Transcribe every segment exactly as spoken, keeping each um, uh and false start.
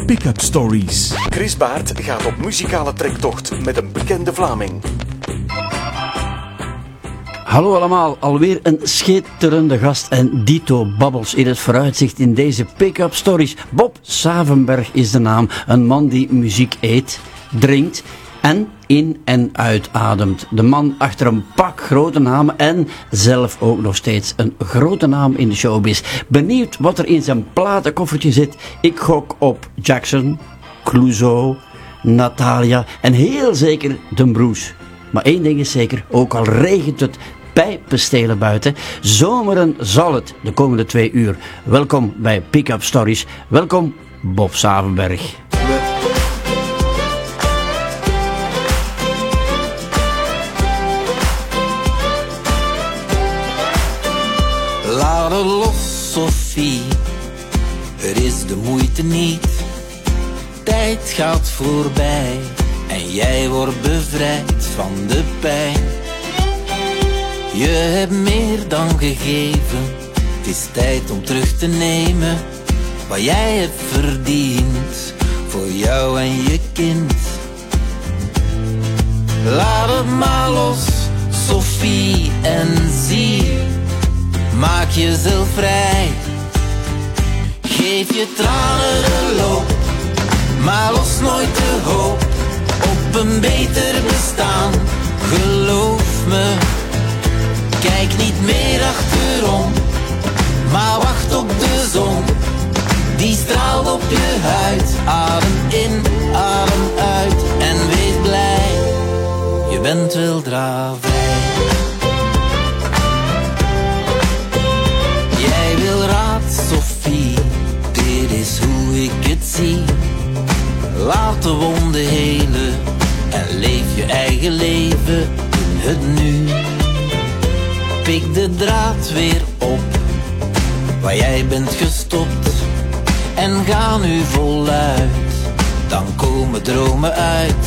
Pick-up Stories. Chris Baert gaat op muzikale trektocht met een bekende Vlaming. Hallo allemaal, alweer een schitterende gast en dito babbels in het vooruitzicht in deze Pick-up Stories. Bob Savenberg is de naam, een man die muziek eet, drinkt en in- en uitademt. De man achter een pak grote namen en zelf ook nog steeds een grote naam in de showbiz. Benieuwd wat er in zijn platenkoffertje zit? Ik gok op Jackson, Clouseau, Natalia en heel zeker Den Bruce. Maar één ding is zeker, ook al regent het pijpenstelen buiten, zomeren zal het de komende twee uur. Welkom bij Pick-up Stories. Welkom Bob Savenberg. Laat het los, Sophie, het is de moeite niet. Tijd gaat voorbij en jij wordt bevrijd van de pijn. Je hebt meer dan gegeven, het is tijd om terug te nemen wat jij hebt verdiend, voor jou en je kind. Laat het maar los, Sophie, en zie, maak jezelf vrij. Geef je tranen een loop, maar los nooit de hoop op een beter bestaan. Geloof me, kijk niet meer achterom, maar wacht op de zon, die straalt op je huid. Adem in, adem uit en wees blij, je bent weldra vrij. Jij wil raad, Sophie, dit is hoe ik het zie. Laat de wonden helen en leef je eigen leven in het nu. Pik de draad weer op, waar jij bent gestopt, en ga nu voluit, dan komen dromen uit.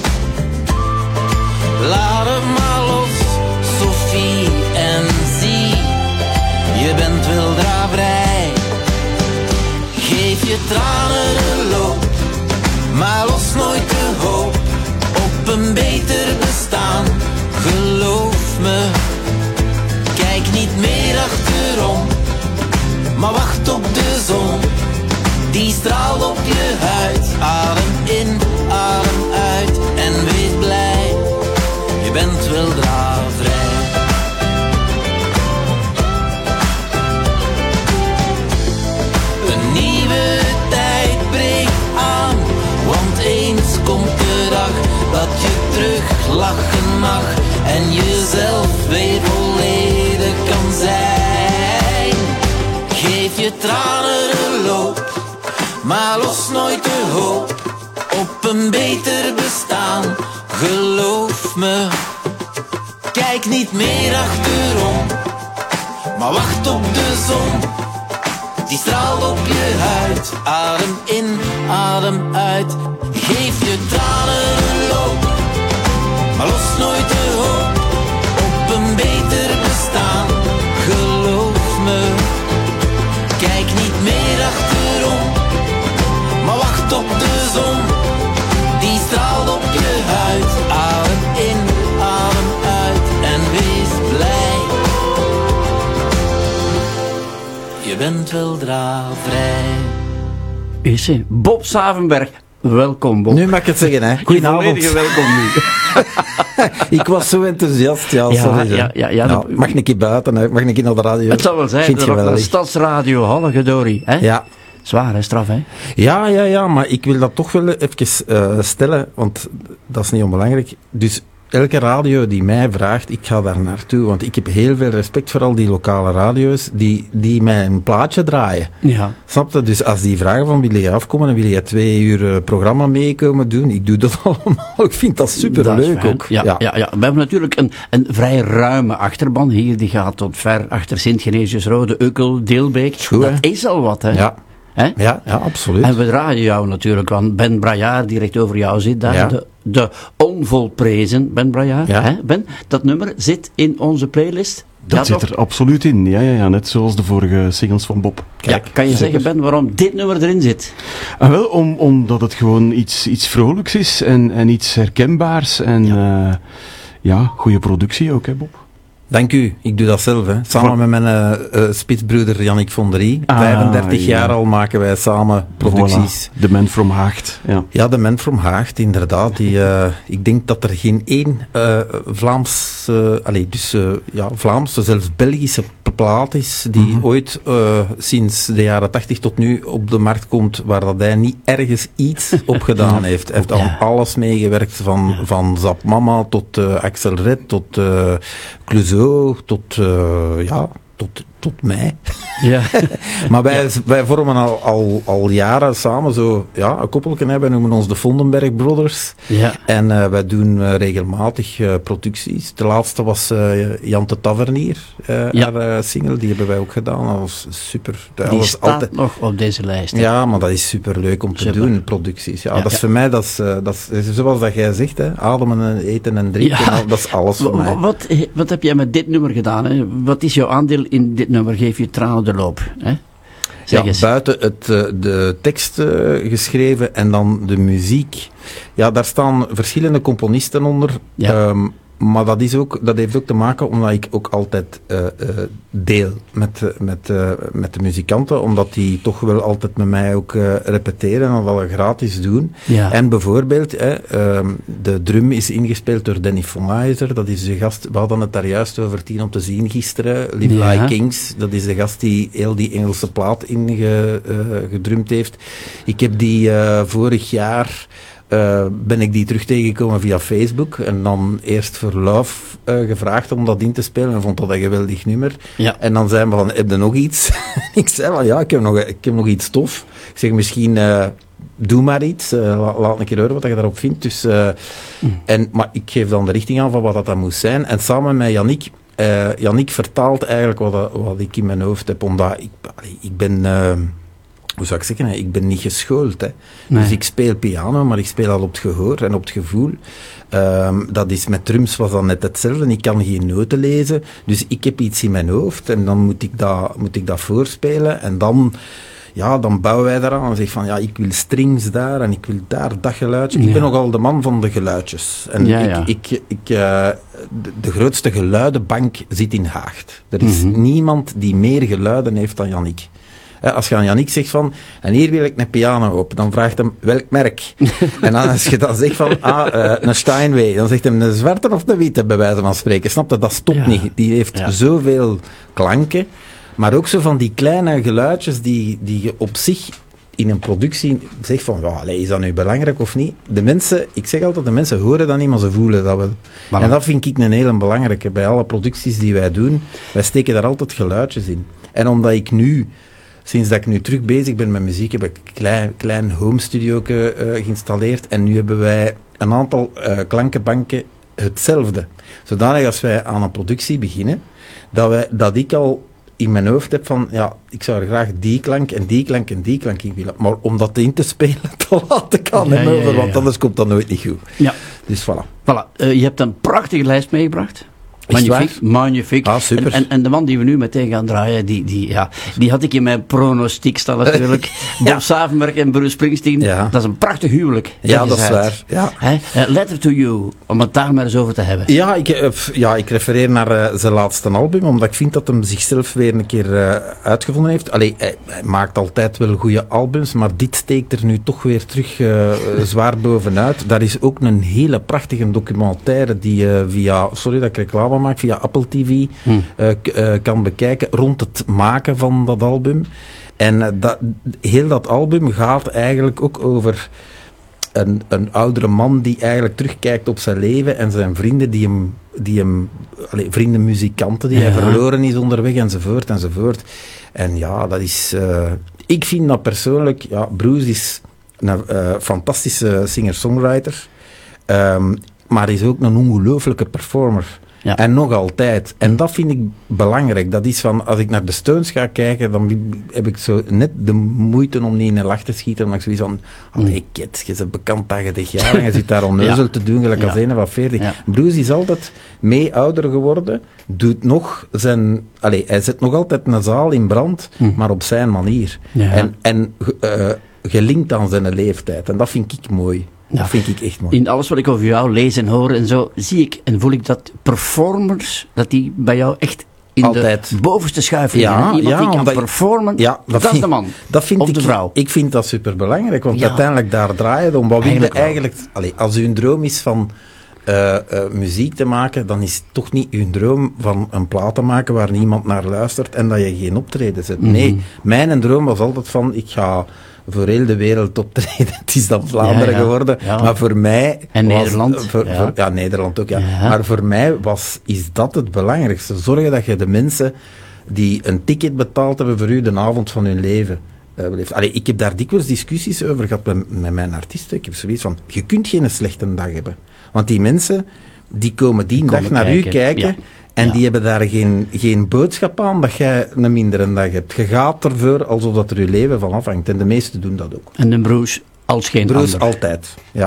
Laat het maar los, Sophie, en zie, je bent weldra vrij. Geef je tranen een loop, maar los nooit de hoop op een beter bestaan. Geloof me, kijk niet meer achterom, maar wacht op de zon, die straalt op je huid. Adem in, adem uit en wees blij, je bent weldra vrij. Een nieuwe tijd breekt aan, want eens komt de dag dat je terug lachen mag en jezelf weer volledig kan zijn. Geef je tranen een loop, maar los nooit de hoop op een beter bestaan. Geloof me, kijk niet meer achterom, maar wacht op de zon, die straalt op je huid. Adem in, adem uit, geef je tranen een loop, maar los nooit de hoop op een beter bestaan. Geloof me, kijk niet meer achterom, maar wacht op de zon, die straalt op je huid. Adem in, adem uit en wees blij, je bent weldra vrij. Is hij? Bob Savenberg. Welkom, Bob. Nu mag ik het zeggen, hè. Goedenavond. Volledige welkom nu. Ik was zo enthousiast, ja, Ja, sorry. ja, ja, ja, nou, dat- mag ik buiten, hè? Mag ik naar de radio? Het zal wel zijn, Vind je dat wel de lief. Stadsradio Hallegedorie. Hè? Ja. Zwaar, hè, straf, hè? Ja, ja, ja, maar ik wil dat toch wel even uh, stellen, want dat is niet onbelangrijk. Dus elke radio die mij vraagt, ik ga daar naartoe, want ik heb heel veel respect voor al die lokale radio's die, die mij een plaatje draaien. Ja. Snap je? Dus als die vragen van, wil je afkomen en wil je twee uur uh, programma meekomen doen, ik doe dat allemaal. Ik vind dat superleuk ook. Ja, ja. Ja, ja. We hebben natuurlijk een, een vrij ruime achterban hier, die gaat tot ver achter Sint-Genesius-Rode, Ukkel, Deelbeek. Goed, dat hè? is al wat, hè? Ja. Hè? Ja, ja, absoluut. En we draaien jou natuurlijk, want Ben Braillard, die recht over jou zit, daar Ja. de, de onvolprezen Ben Braillard. Ja. Hè? Ben, dat nummer zit in onze playlist. Dat Ja, zit toch? er absoluut in, ja, ja, ja, net zoals de vorige singles van Bob. Ja, kan je zeggen, Ben, waarom dit nummer erin zit? En wel, om, omdat het gewoon iets, iets vrolijks is en, en iets herkenbaars en ja, uh, ja goede productie ook, hè Bob? Dank u, ik doe dat zelf. Hè. Samen met mijn uh, uh, spitsbroeder Jannik von der Rie. Ah, vijfendertig ja. jaar al maken wij samen producties. Voilà. The Man from Haagd. Ja, ja The Man from Haagd, inderdaad. Die, uh, ik denk dat er geen één uh, Vlaams, uh, allez, dus uh, ja, Vlaamse, zelfs Belgische plaat is die mm-hmm. ooit uh, sinds de jaren tachtig tot nu op de markt komt waar dat hij niet ergens iets op gedaan heeft. Hij heeft ja. aan alles meegewerkt, van, ja. van Zap Mama tot uh, Axel Red, tot uh, Clouseau, tot, uh, ja, tot, tot mij. Ja. Maar wij, ja. wij vormen al, al, al jaren samen zo, ja, een koppelken hebben. Wij noemen ons de Vondenberg Brothers. Ja. En uh, wij doen uh, regelmatig uh, producties. De laatste was uh, Jan de Tavernier, uh, ja. haar uh, single. Die hebben wij ook gedaan. Dat was super. Dat Die was staat altijd... nog op deze lijst. Hè? Ja, maar dat is super leuk om te super. doen, producties. Ja, Ja, dat is ja. voor mij, dat is, uh, dat is zoals dat jij zegt, hè, ademen en eten en drinken. Ja. Dat is alles voor W- mij. Wat, wat heb jij met dit nummer gedaan? Hè? Wat is jouw aandeel in dit nummer? Geef je tranen de loop. Hè? Zeg Ja, eens. buiten het, uh, de tekst uh, geschreven en dan de muziek. Ja, daar staan verschillende componisten onder. Ja. Um, maar dat, is ook, dat heeft ook te maken omdat ik ook altijd uh, uh, deel met, uh, met, uh, met de muzikanten. Omdat die toch wel altijd met mij ook uh, repeteren en dat wel gratis doen. Ja. En bijvoorbeeld, hè, um, de drum is ingespeeld door Danny Vonhuyser. Dat is de gast, we hadden het daar juist over tien om te zien gisteren. Live Ja. Like Kings, dat is de gast die heel die Engelse plaat ingedrumd uh, heeft. Ik heb die uh, vorig jaar... Uh, ben ik die terug tegengekomen via Facebook en dan eerst voor Love uh, gevraagd om dat in te spelen en vond dat een geweldig nummer. Ja. En dan zei we van, heb je nog iets? Ik zei van, ja, ik heb nog, ik heb nog iets tof. Ik zeg, misschien uh, doe maar iets, uh, la, laat een keer horen wat je daarop vindt. Dus, uh, mm. en, maar ik geef dan de richting aan van wat dat, dat moest zijn. En samen met Yannick, uh, Yannick vertaalt eigenlijk wat, dat, wat ik in mijn hoofd heb, omdat ik, ik ben... Uh, Hoe zou ik zeggen? Ik ben niet geschoold. Hè. Nee. Dus ik speel piano, maar ik speel al op het gehoor en op het gevoel. Um, dat is met drums was dat net hetzelfde. Ik kan geen noten lezen, dus ik heb iets in mijn hoofd en dan moet ik dat, moet ik dat voorspelen. En dan, ja, dan bouwen wij daaraan en zeggen van, ja, ik wil strings daar en ik wil daar dat geluidje. Ja. Ik ben nogal de man van de geluidjes. En Ja, ik, ja. ik, ik, uh, de, de grootste geluidenbank zit in Haagd. Er is Mm-hmm. niemand die meer geluiden heeft dan Yannick. Als je aan Yannick zegt van, en hier wil ik een piano op, dan vraagt hem, welk merk? En dan, als je dan zegt van, ah, uh, een Steinway, dan zegt hem een zwarte of een witte, bij wijze van spreken. Snap je? Dat stopt Ja. niet. Die heeft Ja. zoveel klanken, maar ook zo van die kleine geluidjes die, die je op zich in een productie zegt van, ja, allee, is dat nu belangrijk of niet? De mensen, ik zeg altijd, de mensen horen dat niet, maar ze voelen dat wel. Voilà. En dat vind ik een hele belangrijke. Bij alle producties die wij doen, wij steken daar altijd geluidjes in. En omdat ik nu... Sinds dat ik nu terug bezig ben met muziek, heb ik een klein, klein home studio uh, geïnstalleerd. En nu hebben wij een aantal uh, klankenbanken hetzelfde. Zodanig als wij aan een productie beginnen, dat, wij, dat ik al in mijn hoofd heb van, ja, ik zou er graag die klank en die klank en die klank in willen. Maar om dat in te spelen, dat laat ik aan Ja, hem ja, over, ja, want ja. anders komt dat nooit niet goed. Ja. Dus voilà. Voilà. Uh, je hebt een prachtige lijst meegebracht. Is het Magnifiek, magnifiek. Ah, super. En, en, en de man die we nu meteen gaan draaien, die, die, ja, die had ik in mijn pronostiek staan natuurlijk. Ja. Bob Savenberg en Bruce Springsteen. Ja. Dat is een prachtig huwelijk. Ja, Leg dat is eens uit. waar. Ja. Hè? Uh, Letter to You, om het daar maar eens over te hebben. Ja, ik, uh, ja, ik refereer naar uh, zijn laatste album, omdat ik vind dat hem zichzelf weer een keer uh, uitgevonden heeft. Allee, hij, hij maakt altijd wel goede albums, maar dit steekt er nu toch weer terug uh, zwaar bovenuit. Daar is ook een hele prachtige documentaire die uh, via, sorry dat ik reclame maak, via Apple T V Hmm. uh, k- uh, kan bekijken rond het maken van dat album. En uh, dat, heel dat album gaat eigenlijk ook over... Een, een oudere man die eigenlijk terugkijkt op zijn leven en zijn vrienden die hem, die hem allez, vrienden muzikanten die Ja. hij verloren is onderweg enzovoort enzovoort. En ja, dat is, uh, ik vind dat persoonlijk, ja, Bruce is een uh, fantastische singer-songwriter, um, maar is ook een ongelooflijke performer. Ja. En nog altijd. En dat vind ik belangrijk. Dat is van, als ik naar de Stones ga kijken, dan heb ik zo net de moeite om niet in een lach te schieten. Maar ik zoiets van, allee, kid, je bent bekend tachtig jaar en je zit daar onneuzel Ja. te doen, gelijk als Ja. een van veertig. Ja. Bruce is altijd mee ouder geworden, doet nog zijn, allee, hij zet nog altijd een zaal in brand, maar op zijn manier. Ja. En, en uh, gelinkt aan zijn leeftijd. En dat vind ik mooi. Ja. Dat vind ik echt mooi. In alles wat ik over jou lees en hoor en zo, zie ik en voel ik dat performers, dat die bij jou echt in Altijd. de bovenste schuif liggen. Ja, hè? Iemand ja, die kan omdat- performen, Ja, dat, vind, is de man. Dat vind of ik, de vrouw. Ik vind dat superbelangrijk, want Ja. uiteindelijk daar draait het om. Wat wil je Eigenlijk wel. eigenlijk... Allee, als uw droom is van uh, uh, muziek te maken, dan is het toch niet uw droom van een plaat te maken waar niemand naar luistert en dat je geen optreden zet. Mhm. Nee, mijn droom was altijd van, ik ga voor heel de wereld optreden. Het is dan Vlaanderen Ja, ja. geworden, Ja. maar voor mij... En was- Nederland. Voor, Ja. voor- ja, Nederland ook, ja. Ja. Maar voor mij was, is dat het belangrijkste. Zorgen dat je de mensen die een ticket betaald hebben voor u de avond van hun leven uh, beleeft. Allee, ik heb daar dikwijls discussies over gehad met, met mijn artiesten. Ik heb zoiets van, je kunt geen slechte dag hebben. Want die mensen, die komen die, Die dag komen naar kijken. u kijken... Ja. En Ja. die hebben daar geen, geen boodschap aan dat jij een mindere dag hebt. Je gaat ervoor alsof dat er je leven van afhangt. En de meesten doen dat ook. En de Bruce als geen Bruce ander. altijd, ja.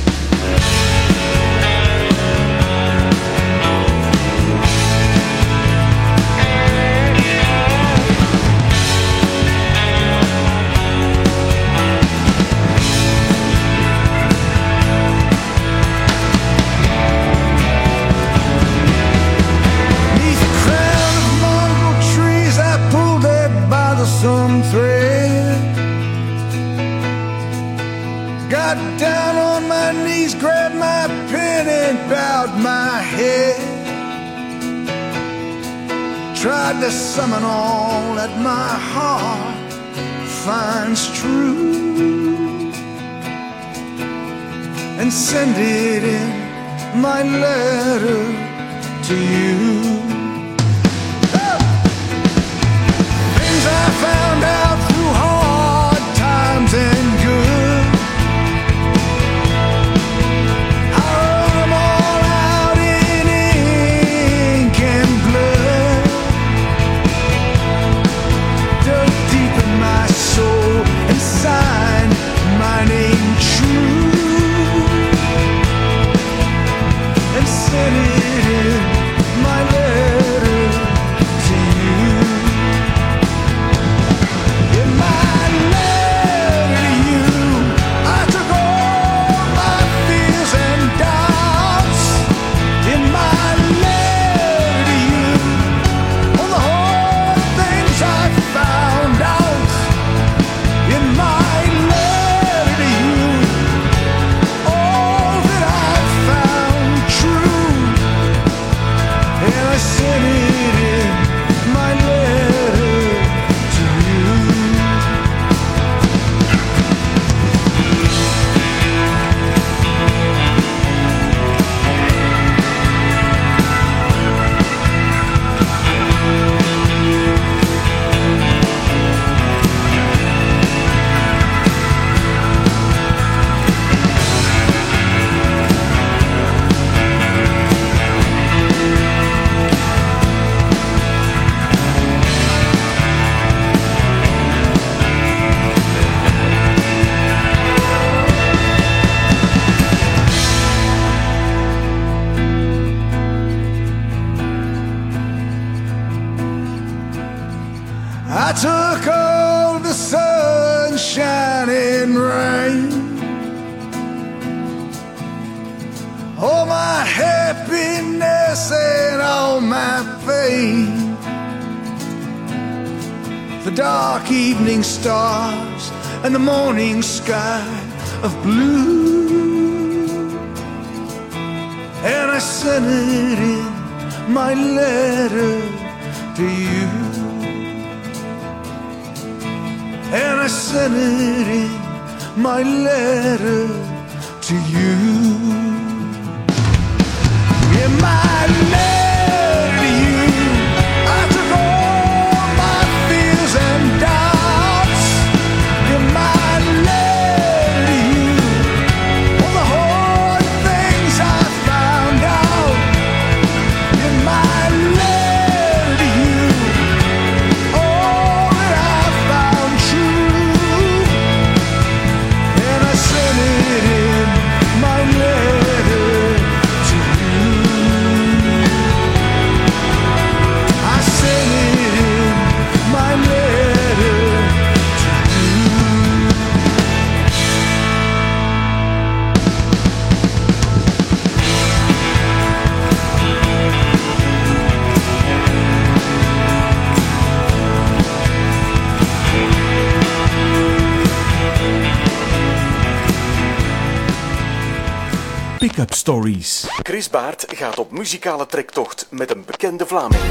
Neath a crown of mongrel trees, I pulled it by the some thread. Got down on my knees, grabbed my pen and bowed my head. Tried to summon all that my heart finds true and send it in my letter to you. Things I found out through hard times and good, I wrote them all out in ink and blood, dug deep in my soul and signed my name true and sent it in my letter to you. In my letter to you, I took all my fears and doubts. In my letter to you, all the hard things I found out. In my letter to you, all that I found true. And I sent it in my letter to you. I took all the sunshine and rain, all my happiness and all my pain, the dark evening stars and the morning sky of blue, and I sent it in my letter to you. And I sent it in my letter to you. In my letter to you, I took all my fears and doubts. In my letter to you, all the hard things I found out. Pick-up Stories. Chris Baert gaat op muzikale trektocht met een bekende Vlaming.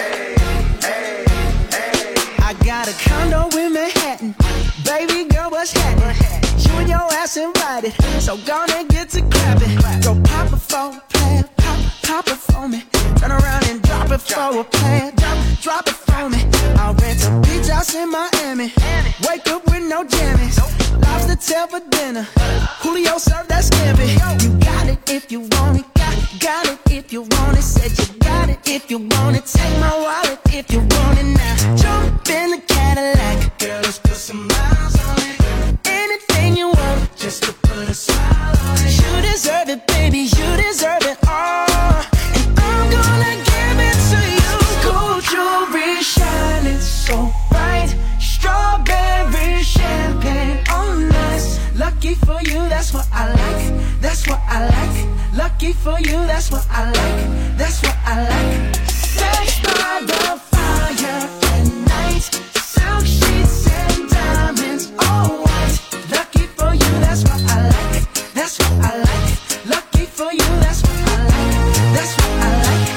I got a condo in Manhattan. Baby girl, what's happening? You and your ass invited, so gonna get to clapping. Go pop it for a plan, pop, pop it for me. Turn around and drop it for a plan, drop, drop it for me. I'll rent a beach house in Miami. Wake up with no jammies. Lobster tail for dinner. Julio served that scampi. You got it if you want it. Got, got it if you want it. Said you got it if you want it. Take my wallet if you want it now. Jump in the Cadillac. Girl, let's put some miles on it. Anything you want, just to put a smile on it. You deserve it, baby. You deserve it all. And I'm gonna give it to you. Gold jewelry shining so bright. Strawberry champagne on us. Lucky for you, that's what I like. That's what I like. Lucky for you, that's what I like. That's what I like. Sex by the fire at night. Silk sheets and diamonds, all white. Lucky for you, that's what I like. That's what I like. Lucky for you, that's what I like. That's what I like.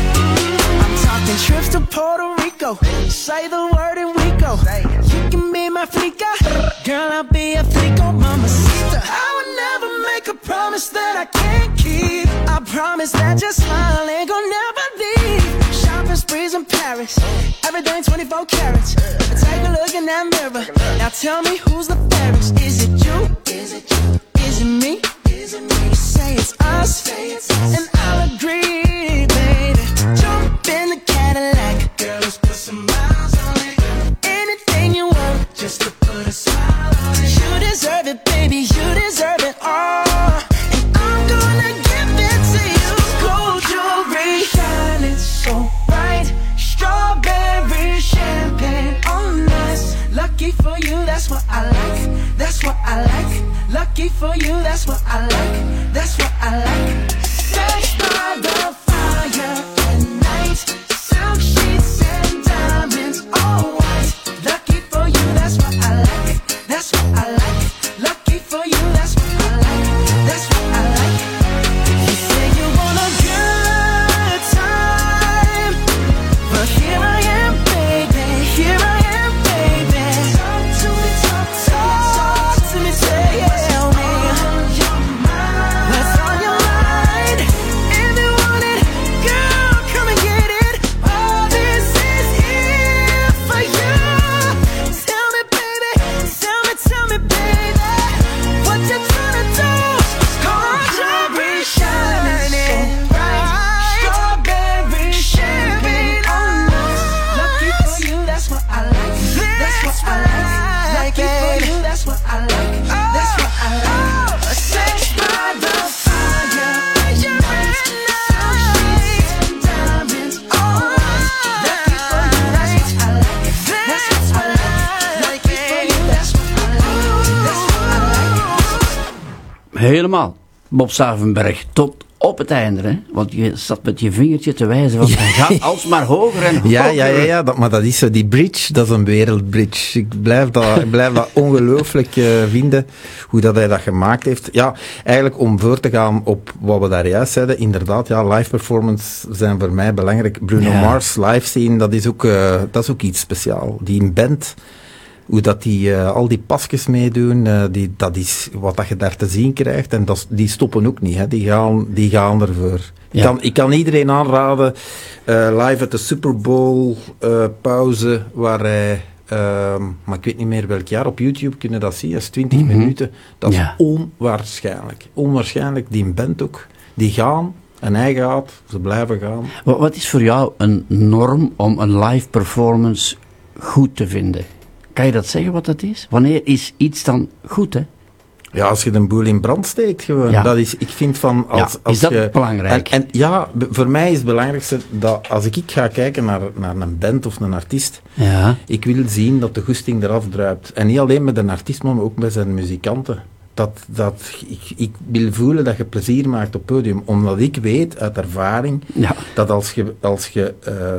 I'm talking trips to Puerto Rico. Say the word and we go. You can be my flica. Girl, I'll be a flico, mamacita. I would never make a promise that I can't keep. I promise that your smile ain't gonna never leave. Shopping sprees in Paris. Everything twenty-four carats. Take a look in that mirror. Now tell me who's the fairest. Is it you? Is it you? Is it me? Is it me? Say it's us. Say it's us. And I'll agree, baby. Jump in the Cadillac. Girl, let's put some miles on it. Anything you want, just to put a smile on it. You deserve it, baby. You deserve it all. And I'm gonna give it to you. Gold jewelry shining so bright. Strawberry champagne on us. Lucky for you, that's what I like. That's what I like. Lucky for you, that's what I like. That's what I like. Sex by the fire at night. Silk sheets and diamonds, all white. Lucky for you, that's what I like. That's what I like. Lucky for you, that's what I like. That's what I like. You say you want a good time, but here I am, baby. Here I am, baby. Talk to me, talk to me, talk to me, tell me what's on your mind. If you want it, girl, come and get it. All this is here for you. Tell me, baby, tell me, tell me, baby, what you tryna do? Gold jewelry shining bright. Strawberry champagne on us. Lucky for you, that's what I like. That's what I like. Lucky for you, that's what I like. That's what I like. Sex by the fire at night. Silk sheets and diamonds on us. Lucky for you, that's what I like. That's what I like. Lucky for you, that's what I like. That's what I like. Helemaal. Bob Savenberg, tot op het einde, hè? Want je zat met je vingertje te wijzen, want hij gaat alsmaar hoger en hoger. Ja, ja, ja, ja dat, maar dat is zo, die bridge, dat is een wereldbridge. Ik blijf dat, ik blijf dat ongelooflijk uh, vinden, hoe dat hij dat gemaakt heeft. Ja, eigenlijk om voor te gaan op wat we daar juist zeiden, inderdaad, ja, live performance zijn voor mij belangrijk. Bruno Ja. Mars live zien, dat is ook, uh, dat is ook iets speciaals. Die in band, hoe dat die uh, al die pasjes meedoen, uh, die, dat is wat dat je daar te zien krijgt. En dat, die stoppen ook niet, hè. Die, gaan, die gaan ervoor. Ja. Ik, kan, ik kan iedereen aanraden, uh, live at de Super Bowl uh, pauze, waar hij, uh, maar ik weet niet meer welk jaar, op YouTube kunnen dat zien, dat is twintig Mm-hmm. minuten. Dat is Ja. onwaarschijnlijk. Onwaarschijnlijk, die band ook. Die gaan, en hij gaat, ze blijven gaan. Wat, wat is voor jou een norm om een live performance goed te vinden? Kan je dat zeggen wat dat is? Wanneer is iets dan goed, hè? Ja, als je de boel in brand steekt gewoon. Ja. Dat is, ik vind van... Als, Ja, als is dat je, belangrijk? En, en ja, b- voor mij is het belangrijkste dat als ik, ik ga kijken naar, naar een band of een artiest, Ja. ik wil zien dat de goesting eraf druipt. En niet alleen met een artiest, maar ook met zijn muzikanten. Dat, dat, ik, ik wil voelen dat je plezier maakt op het podium. Omdat ik weet uit ervaring Ja. dat als je, als je uh,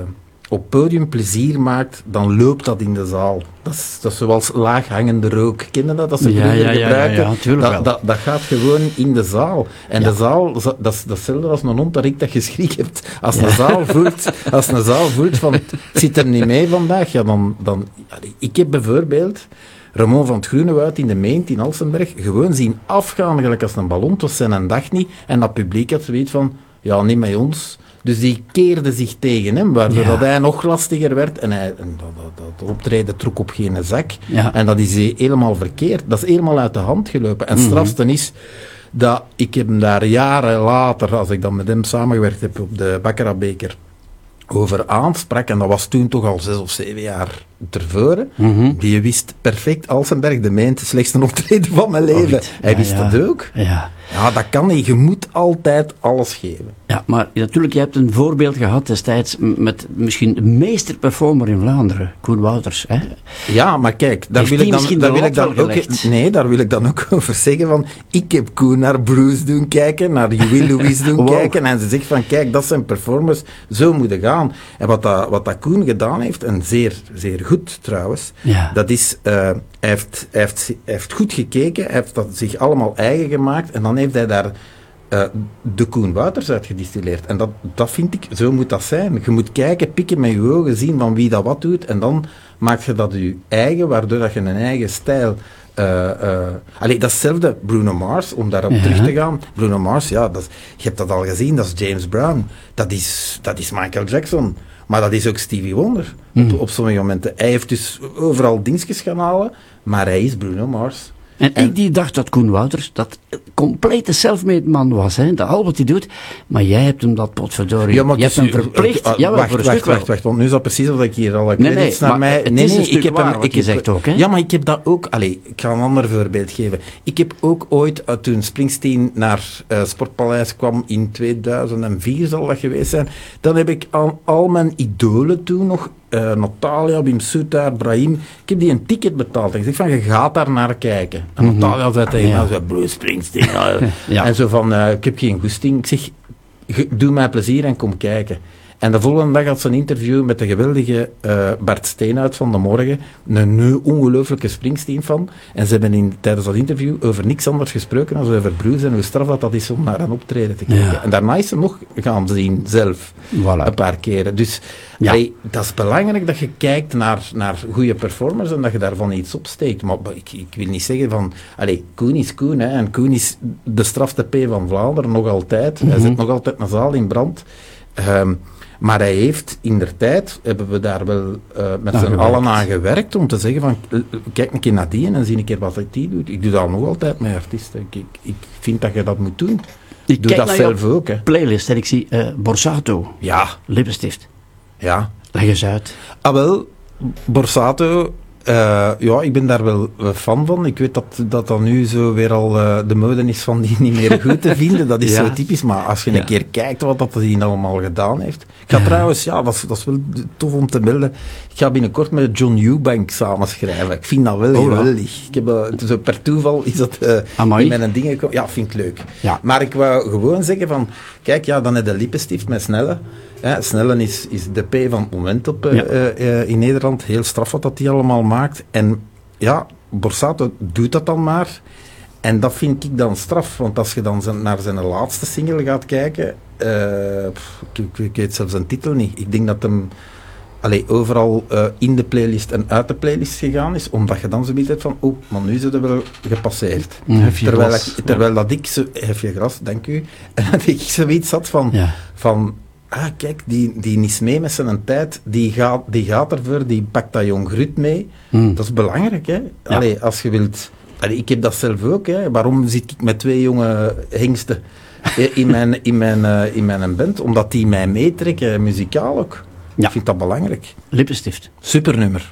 op podium plezier maakt, dan loopt dat in de zaal. Dat is, dat is zoals laaghangende rook. Ken je dat? Dat ze Ja, vroeger ja, ja, gebruiken. ja, ja, tuurlijk dat, wel. dat, dat gaat gewoon in de zaal. En Ja. de zaal, dat is, dat is hetzelfde als een hond dat ik dat je schrik hebt. Als Ja. een zaal voelt, als een zaal voelt van, het zit er niet mee vandaag, ja, dan, dan... Ik heb bijvoorbeeld Ramon van het Groenewoud in de Meent in Alsenberg gewoon zien afgaan, gelijk als een ballon. Het was zijn dag niet. En dat publiek had zoiets van, ja, niet met ons. Dus die keerde zich tegen hem, waardoor Ja. dat hij nog lastiger werd. En, hij, en dat, dat, dat optreden trok op geen zak. Ja. En dat is helemaal verkeerd. Dat is helemaal uit de hand gelopen. En het Mhm. strafste is dat ik heb hem daar jaren later, als ik dan met hem samengewerkt heb op de Baccarat-beker, over aansprak, en dat was toen toch al zes of zeven jaar tevoren, Mhm. die wist perfect, Alsenberg, de Meent, het slechtste optreden van mijn leven. Ooit. Hij Ja, wist ja. dat ook. Ja. Ja, dat kan niet. Je moet altijd alles geven. Ja, maar natuurlijk, je hebt een voorbeeld gehad destijds m- met misschien de meesterperformer in Vlaanderen, Koen Wouters. Hè? Ja, maar kijk, daar Heeft wil die ik dan, misschien daar de wil ik lat dan wel ook... gelegd? Nee, daar wil ik dan ook over zeggen van... Ik heb Koen naar Bruce doen kijken, naar Huey Lewis doen Wow. kijken, en ze zegt van, kijk, dat zijn performers, zo moeten gaan. En wat dat, wat dat Koen gedaan heeft, en zeer, zeer goed trouwens, Ja. dat is... eh, hij, heeft, hij, heeft, hij heeft goed gekeken, hij heeft dat zich allemaal eigen gemaakt, en dan heeft hij daar... eh, de Koen Wouters uitgedistilleerd. En dat, dat vind ik, zo moet dat zijn. Je moet kijken, pikken met je ogen, zien van wie dat wat doet, en dan maak je dat je eigen, waardoor dat je een eigen stijl... Uh, uh, allee, dat is hetzelfde, Bruno Mars, om daarop Ja. terug te gaan. Bruno Mars, ja, dat is, je hebt dat al gezien, dat is James Brown. Dat is, dat is Michael Jackson. Maar dat is ook Stevie Wonder, Mm. op, op sommige momenten. Hij heeft dus overal dingetjes gaan halen, maar hij is Bruno Mars. En, En- ik die dacht dat Koen Wouters dat een complete self-made man was, hè, dat al wat hij doet. Maar jij hebt hem dat potverdorie. Ja, maar je hebt dus, hem verplicht. uh, uh, Jawel, wacht, voor een wacht, stuk wel. wacht, wacht, want nu is dat precies wat ik hier al heb. Nee, nee, naar maar mij. het nee, is een nee, stuk ik heb waar hem, wat ik je heb, zegt ook, hè? Ja, maar ik heb dat ook... Allee, ik ga een ander voorbeeld geven. Ik heb ook ooit, uh, toen Springsteen naar uh, Sportpaleis kwam in tweeduizend vier, zal dat geweest zijn, dan heb ik aan al mijn idolen toen nog, uh, Natalia, Wim Soetaar, Brahim, ik heb die een ticket betaald. En ik zeg van, je gaat daar naar kijken. En Mhm. Natalia zei tegen Ja. mij, zei, Bruce Springsteen. ja. Ja. En zo van, uh, ik heb geen goesting. Ik zeg, ge- doe mij plezier en kom kijken. En de volgende dag had ze een interview met de geweldige uh, Bart Steenhuis van de Morgen, een, een ongelooflijke Springsteen-fan. En ze hebben in, tijdens dat interview over niks anders gesproken dan over Bruce en hoe straf dat, dat is om naar een optreden te kijken. Ja. En daarna is ze nog gaan zien, zelf, Voilà. een paar keren. Dus Ja. allee, dat is belangrijk dat je kijkt naar, naar goede performers en dat je daarvan iets opsteekt. Maar ik, ik wil niet zeggen van... Allee, Koen is Koen, hè, en Koen is de strafste P van Vlaanderen, nog altijd. Hij Mhm. zet nog altijd een zaal in brand. Ehm, maar hij heeft, in der tijd, hebben we daar wel uh, met Aan z'n gewerkt. allen aan gewerkt om te zeggen van, uh, kijk een keer naar die en zie een keer wat die doet. Ik doe dat nog altijd met artiesten. Ik, ik, ik vind dat je dat moet doen. Ik Doe kijk dat naar zelf jouw ook, hè. playlist en ik zie uh, Borsato, Ja, lippenstift. ja. Leg eens uit. Ah wel, Borsato, uh, ja, ik ben daar wel uh, fan van. Ik weet dat dat dan nu zo weer al uh, de mode is van die niet meer goed te vinden. Dat is Ja. zo typisch, maar als je Ja. een keer kijkt wat dat hij allemaal gedaan heeft. Ik ga Ja. trouwens, ja, dat is, dat is wel tof om te melden. Ik ga binnenkort met John Eubank samenschrijven. Ik vind dat wel Oh, ja. geweldig. Ik heb, uh, zo per toeval is dat uh, Amai. in mijn dingen gekomen. Ja, vind ik leuk. Ja. Maar ik wou gewoon zeggen van, kijk, ja, dan heb je de lippenstift met Snelle. Ja, Snellen is, is de P van het moment op, uh, Ja. uh, uh, in Nederland. Heel straf wat dat hij allemaal maakt. En ja, Borsato doet dat dan maar. En dat vind ik dan straf. Want als je dan zijn, naar zijn laatste single gaat kijken... Uh, pff, ik, ik, ik weet zelfs zijn titel niet. Ik denk dat hem allee, overal uh, in de playlist en uit de playlist gegaan is. Omdat je dan zoiets hebt van... Oh, maar nu zit er wel gepasseerd. Mm, hef je terwijl glas. ik, terwijl dat ik... Zo, hef je gras, dank u. En dat ik zoiets had van... Ja. van ah, kijk, die, die is mee met zijn tijd, die gaat, die gaat ervoor, die pakt dat jong grut mee. Mm. Dat is belangrijk, hè. Allee, als je wilt... Allee, ik heb dat zelf ook, hè. Waarom zit ik met twee jonge hengsten in mijn, in mijn, uh, in mijn band? Omdat die mij meetrekken, muzikaal ook. Ja. Ik vind dat belangrijk. Lippenstift. Super nummer.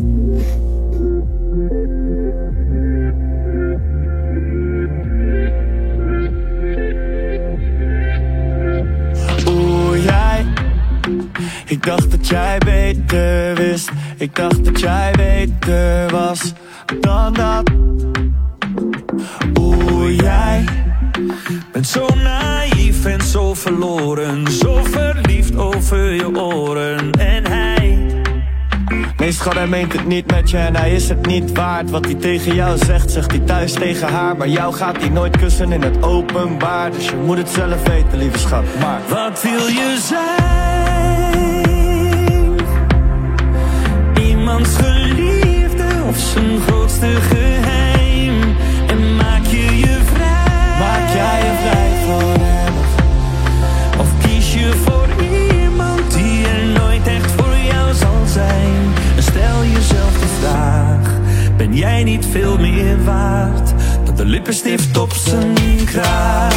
Oeh, jij. Ik dacht dat jij beter wist. Ik dacht dat jij beter was dan dat. Oeh, jij bent zo naïef en zo verloren, zo verliefd over je oren. En hij... Nee schat, hij meent het niet met je en hij is het niet waard. Wat hij tegen jou zegt, zegt hij thuis tegen haar. Maar jou gaat hij nooit kussen in het openbaar. Dus je moet het zelf weten, lieve schat. Maar wat wil je zijn? Iemands geliefde of zijn grootste geheim? En maak je je vrij? Maak jij je vrij voor hem? Of kies je voor iemand die er nooit echt voor jou zal zijn? En stel jezelf de vraag, ben jij niet veel meer waard dan de lippenstift op zijn kraag?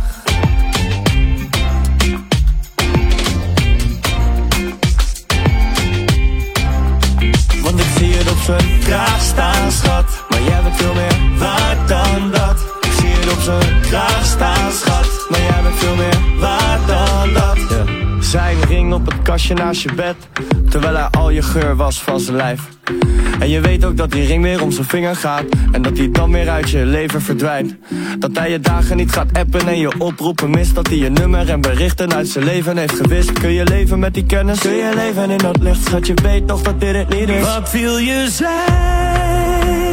Want ik zie het op zijn kraag staan, schat. Maar jij bent veel meer waard dan dat. Ik zie het op zijn kraag staan, schat. Maar jij bent veel meer waard dan dat. Yeah. Zijn ring op het kastje naast je bed, terwijl hij al je geur was van zijn lijf. En je weet ook dat die ring weer om zijn vinger gaat, en dat hij dan weer uit je leven verdwijnt. Dat hij je dagen niet gaat appen en je oproepen mist. Dat hij je nummer en berichten uit zijn leven heeft gewist. Kun je leven met die kennis? Kun je leven in dat licht? Schat, je weet nog dat dit het niet is. Wat wil je zijn?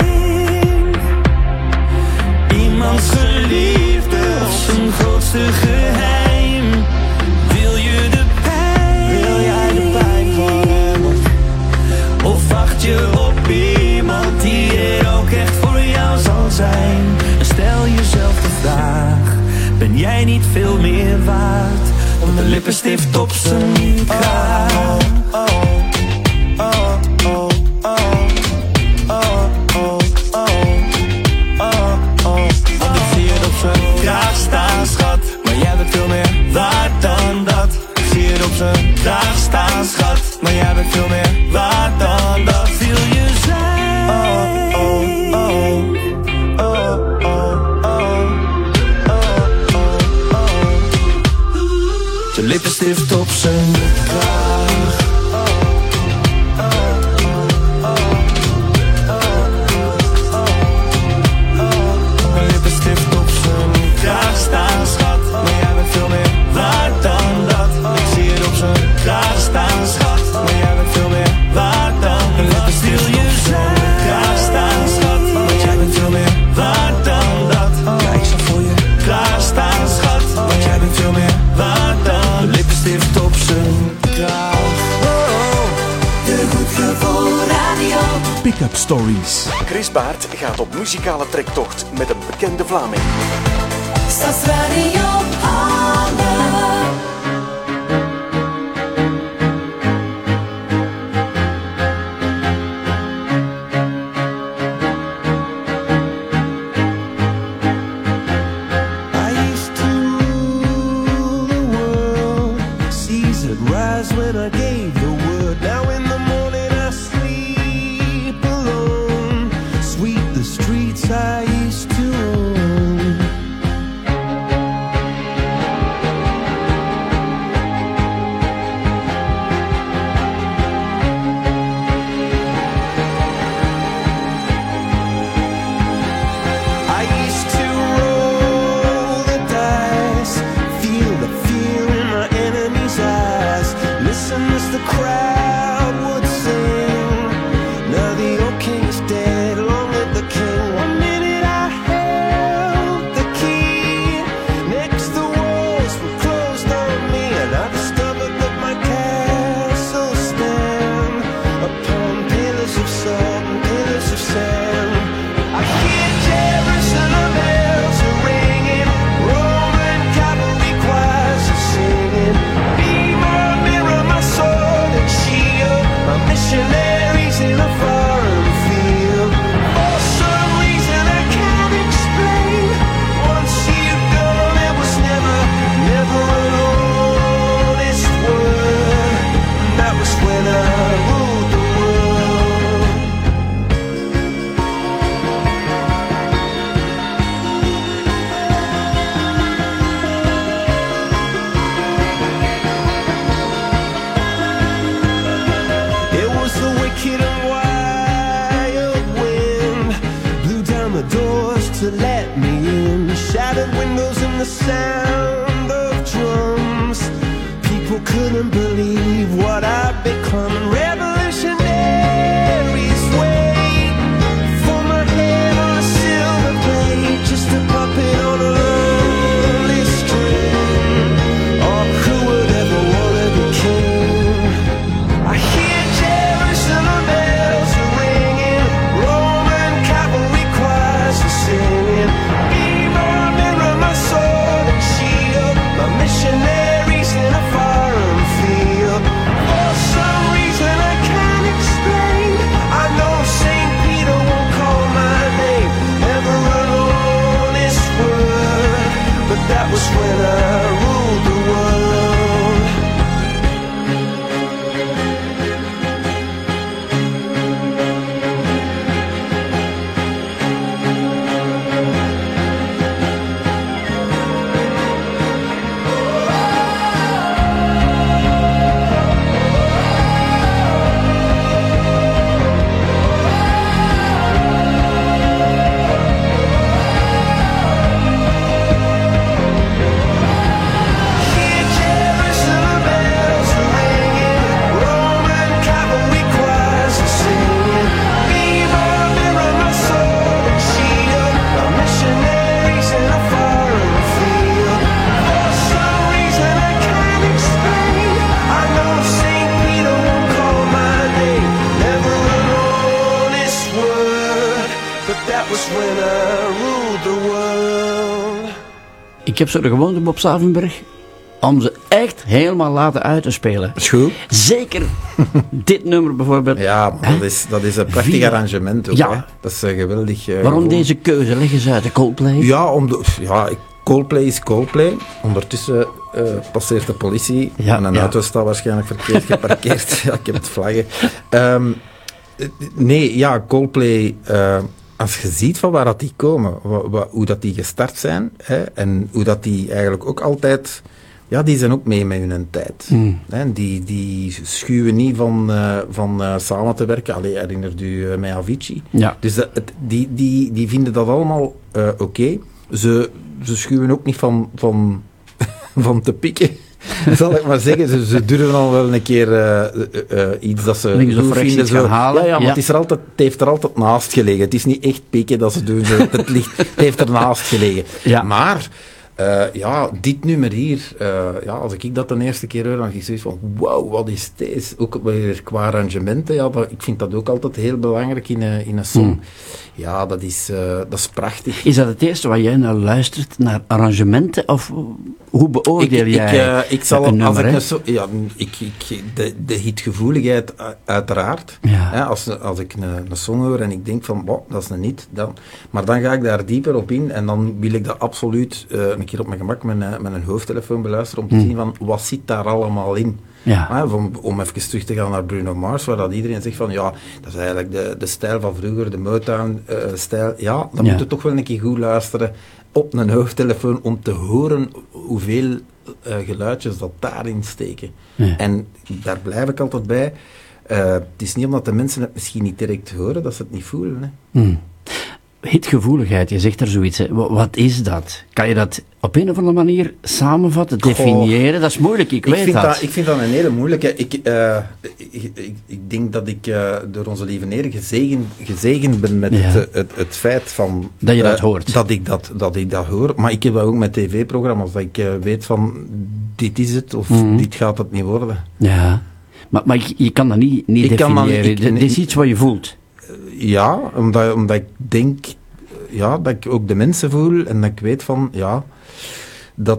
Iemands geliefde of zijn grootste geheim? Wil je de pijn? Wil jij de pijn van hem? Of wacht je op iemand die er ook echt voor jou zal zijn? En stel jezelf de vraag, ben jij niet veel meer waard dan de lippenstift op zijn kraag? Oh, oh, oh, oh, oh, oh, oh, oh, oh, oh. Want ik zie het op zijn kraag staan, schat. Maar jij bent veel meer waard dan dat. Ik zie het op zijn kraag staan, schat. Maar jij bent veel meer waard dan dat. Wil je zijn? Oh, oh, oh, oh, oh, oh, oh, oh. De lippenstift op zijn kraag. Mijn lippenstift op zijn kraag staan, schat. Maar jij bent veel meer waard dan dat. Ik zie het op zijn kraag staan, schat. Maar jij bent veel meer waard dan dat. Mijn lippenstift op zijn kraag staan, schat. Want jij bent veel meer waard dan dat. Ja, ik zal voor je klaar staan, schat. Want jij bent veel meer waard dan de lippenstift op zijn kraag. De Goed Gevoel Radio. Pick-up Stories. Chris Baert gaat op muzikale trektocht met een bekende Vlaming. Stadsradio Halle. I used to rule the world, seas would rise when I gave the word. Now in the morning I sleep alone, sweep the streets I used to own. I used to roll the dice, feel the fear in my enemy's eyes, listen as the crowd would sing. Now the old king is dead, long live the king. One minute I held the key, next the walls were closed on me, and I discovered that my castle stand upon pillars of salt and pillars of sand. I hear Jerusalem bells are ringing, Roman cavalry choirs are singing. Be my mirror, my sword and shield, my missionaries in a foreign field. For some reason I can't explain, once you've gone it was never, never an honest word. And that was when I ruled the world. It was the wicked and wild wind, blew down the doors to let me in, shattered windows and the sound of drums. couldn't believe what I'd become. Revolutionaries wait for my head on a silver plate, just a puppet on a lonely string. Oh, who would ever wanna be king? I hear Jerusalem bells are ringing, Roman cavalry choirs are singing. Be my mirror, my sword and shield, my missionaries in a foreign field. For some reason I can't explain, I know Saint Peter won't call my name, never an honest word, but that was when I ruled the world. Hear Jerusalem bells are ringing, Roman cavalry choirs are singing. Be my mirror, my sword and shield, my missionaries in a foreign field. For some reason I can't explain, I know Saint Peter won't call my name, never an honest word, but that was when I ruled the world. Ik heb zo de gewoonte, Bob Savenberg, om ze echt helemaal laten uit te spelen. Is goed. Zeker dit nummer bijvoorbeeld. Ja, maar dat is, dat is een prachtig Vier. arrangement ook. Ja. Hè. Dat is uh, geweldig. Uh, Waarom gewoon- deze keuze? Leg eens uit, de Coldplay. Ja, om de, ja, Coldplay is Coldplay. Ondertussen uh, passeert de politie. Ja, en een ja. auto staat waarschijnlijk verkeerd geparkeerd. Ja, ik heb het vlaggen. Um, nee, ja, Coldplay... Uh, als je ziet van waar dat die komen, wa, wa, hoe dat die gestart zijn, hè, en hoe dat die eigenlijk ook altijd... Ja, die zijn ook mee met hun tijd. Mm. Hè, die, die schuwen niet van, uh, van uh, samen te werken. Allee, herinnert u uh, mij Avicii? Ja. Dus dat, het, die, die, die vinden dat allemaal uh, oké. Okay. Ze, ze schuwen ook niet van, van, van te pikken. Zal ik maar zeggen, ze, ze durven al wel een keer uh, uh, uh, iets dat ze Links of goed rechts vinden. iets gaan halen. Ja, ja, maar Ja. Het, is er altijd, het heeft er altijd naast gelegen. Het is niet echt pikken dat ze doen, het, het, ligt, het heeft er naast gelegen. Ja. Maar, uh, ja, dit nummer hier, uh, ja, als ik dat de eerste keer hoor, dan is zoiets van, wauw, wat is deze? Ook weer qua arrangementen, ja, dat, ik vind dat ook altijd heel belangrijk in een, in een song. Hmm. Ja, dat is, uh, dat is prachtig. Is dat het eerste waar jij naar luistert, naar arrangementen? Of hoe beoordeel ik, jij ik, uh, ik zal, een als nummer? ik hè? een so, ja, ik, ik, de, de hitgevoeligheid, uh, uiteraard. Ja. Hè, als, als ik een, een song hoor en ik denk van, wow, dat is een hit, dan, maar dan ga ik daar dieper op in en dan wil ik dat absoluut uh, een keer op mijn gemak met, uh, met een hoofdtelefoon beluisteren om te Hmm. zien van, wat zit daar allemaal in? Ja. Ah, om, om even terug te gaan naar Bruno Mars, waar dat iedereen zegt van, ja, dat is eigenlijk de, de stijl van vroeger, de Motown-stijl. ja, dan Ja. moet je toch wel een keer goed luisteren op een hoofdtelefoon om te horen hoeveel uh, geluidjes dat daarin steken. Ja. En daar blijf ik altijd bij. Uh, het is niet omdat de mensen het misschien niet direct horen, dat ze het niet voelen. Hè. Hmm. Hitgevoeligheid, je zegt er zoiets. Hè. Wa- Wat is dat? Kan je dat op een of andere manier samenvatten, definiëren? Dat is moeilijk, ik, Ik weet vind dat. dat. Ik vind dat een hele moeilijke. Ik, uh, ik, ik, ik denk dat ik uh, door onze lieve Heer gezegend, gezegend ben met Ja. het, het, het feit van... Dat je dat uh, hoort. Dat ik dat, dat ik dat hoor. Maar ik heb dat ook met tv-programma's, dat ik uh, weet van, dit is het, of Mhm. dit gaat het niet worden. Ja, maar, maar je, je kan dat niet, niet Ik kan dat definiëren. niet- ik- Dit is iets wat je voelt. Ja, omdat, omdat ik denk, ja, dat ik ook de mensen voel en dat ik weet van, ja, dat,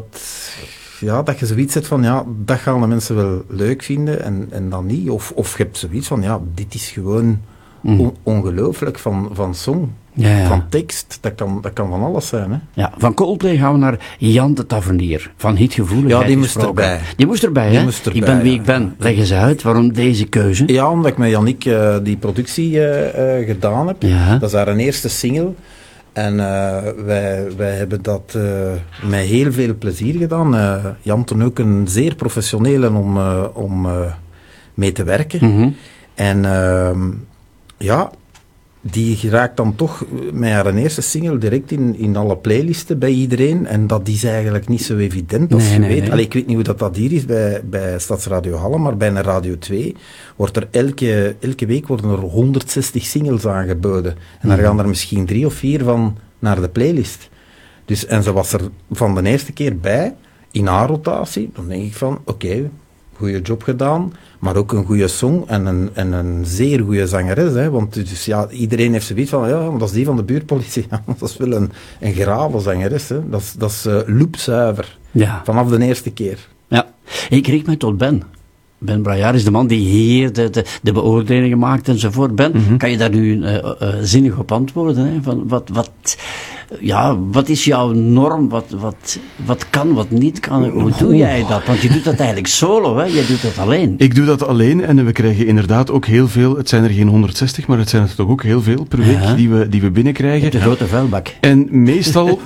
ja, dat je zoiets hebt van, ja, dat gaan de mensen wel leuk vinden en, en dan niet. Of, of je hebt zoiets van, ja, dit is gewoon Mm. on- ongelooflijk van, van song, Ja, ja. van tekst. Dat kan, dat kan van alles zijn, hè. Ja, van Coldplay gaan we naar Jan de Tavernier. Van hitgevoeligheid Ja, die moest gesproken. erbij. Die moest erbij, Die hè? moest erbij, ik ben wie ja. ik ben. Leg eens uit, waarom deze keuze? Ja, omdat ik met Yannick uh, die productie uh, uh, gedaan heb. Ja. Dat is haar eerste single. En uh, wij, wij hebben dat uh, met heel veel plezier gedaan. Uh, Jan toen ook een zeer professionele om, uh, om uh, mee te werken. Mhm. En uh, ja, die geraakt dan toch met haar eerste single direct in, in alle playlisten bij iedereen. En dat is eigenlijk niet zo evident als Nee, je nee, weet. nee. Allee, ik weet niet hoe dat, dat hier is bij, bij Stadsradio Halle, maar bij een Radio twee wordt er elke, elke week worden er honderdzestig singles aangeboden. En daar gaan er misschien drie of vier van naar de playlist. Dus, en ze was er van de eerste keer bij, in haar rotatie. Dan denk ik van, oké, okay, goede job gedaan, maar ook een goede song en een, en een zeer goede zangeres. Hè, want dus, ja, iedereen heeft zoiets van, ja, maar dat is die van de buurtpolitie. Ja, dat is wel een, een grave zangeres. Hè. Dat is, dat is uh, loopzuiver. Ja. Vanaf de eerste keer. Ja, ik richt mij tot Ben. Ben Braillard is de man die hier de, de, de beoordelingen maakt enzovoort. Ben, mm-hmm. kan je daar nu uh, uh, zinnig op antwoorden? Hè? Van wat, wat, ja, wat is jouw norm? Wat, wat, wat kan, wat niet kan? Hoe doe jij dat? Want je doet dat eigenlijk solo, hè? Je doet dat alleen. Ik doe dat alleen en we krijgen inderdaad ook heel veel. Het zijn er geen honderdzestig, maar het zijn er toch ook heel veel per week Ja. die, we, die we binnenkrijgen. De grote vuilbak. En meestal,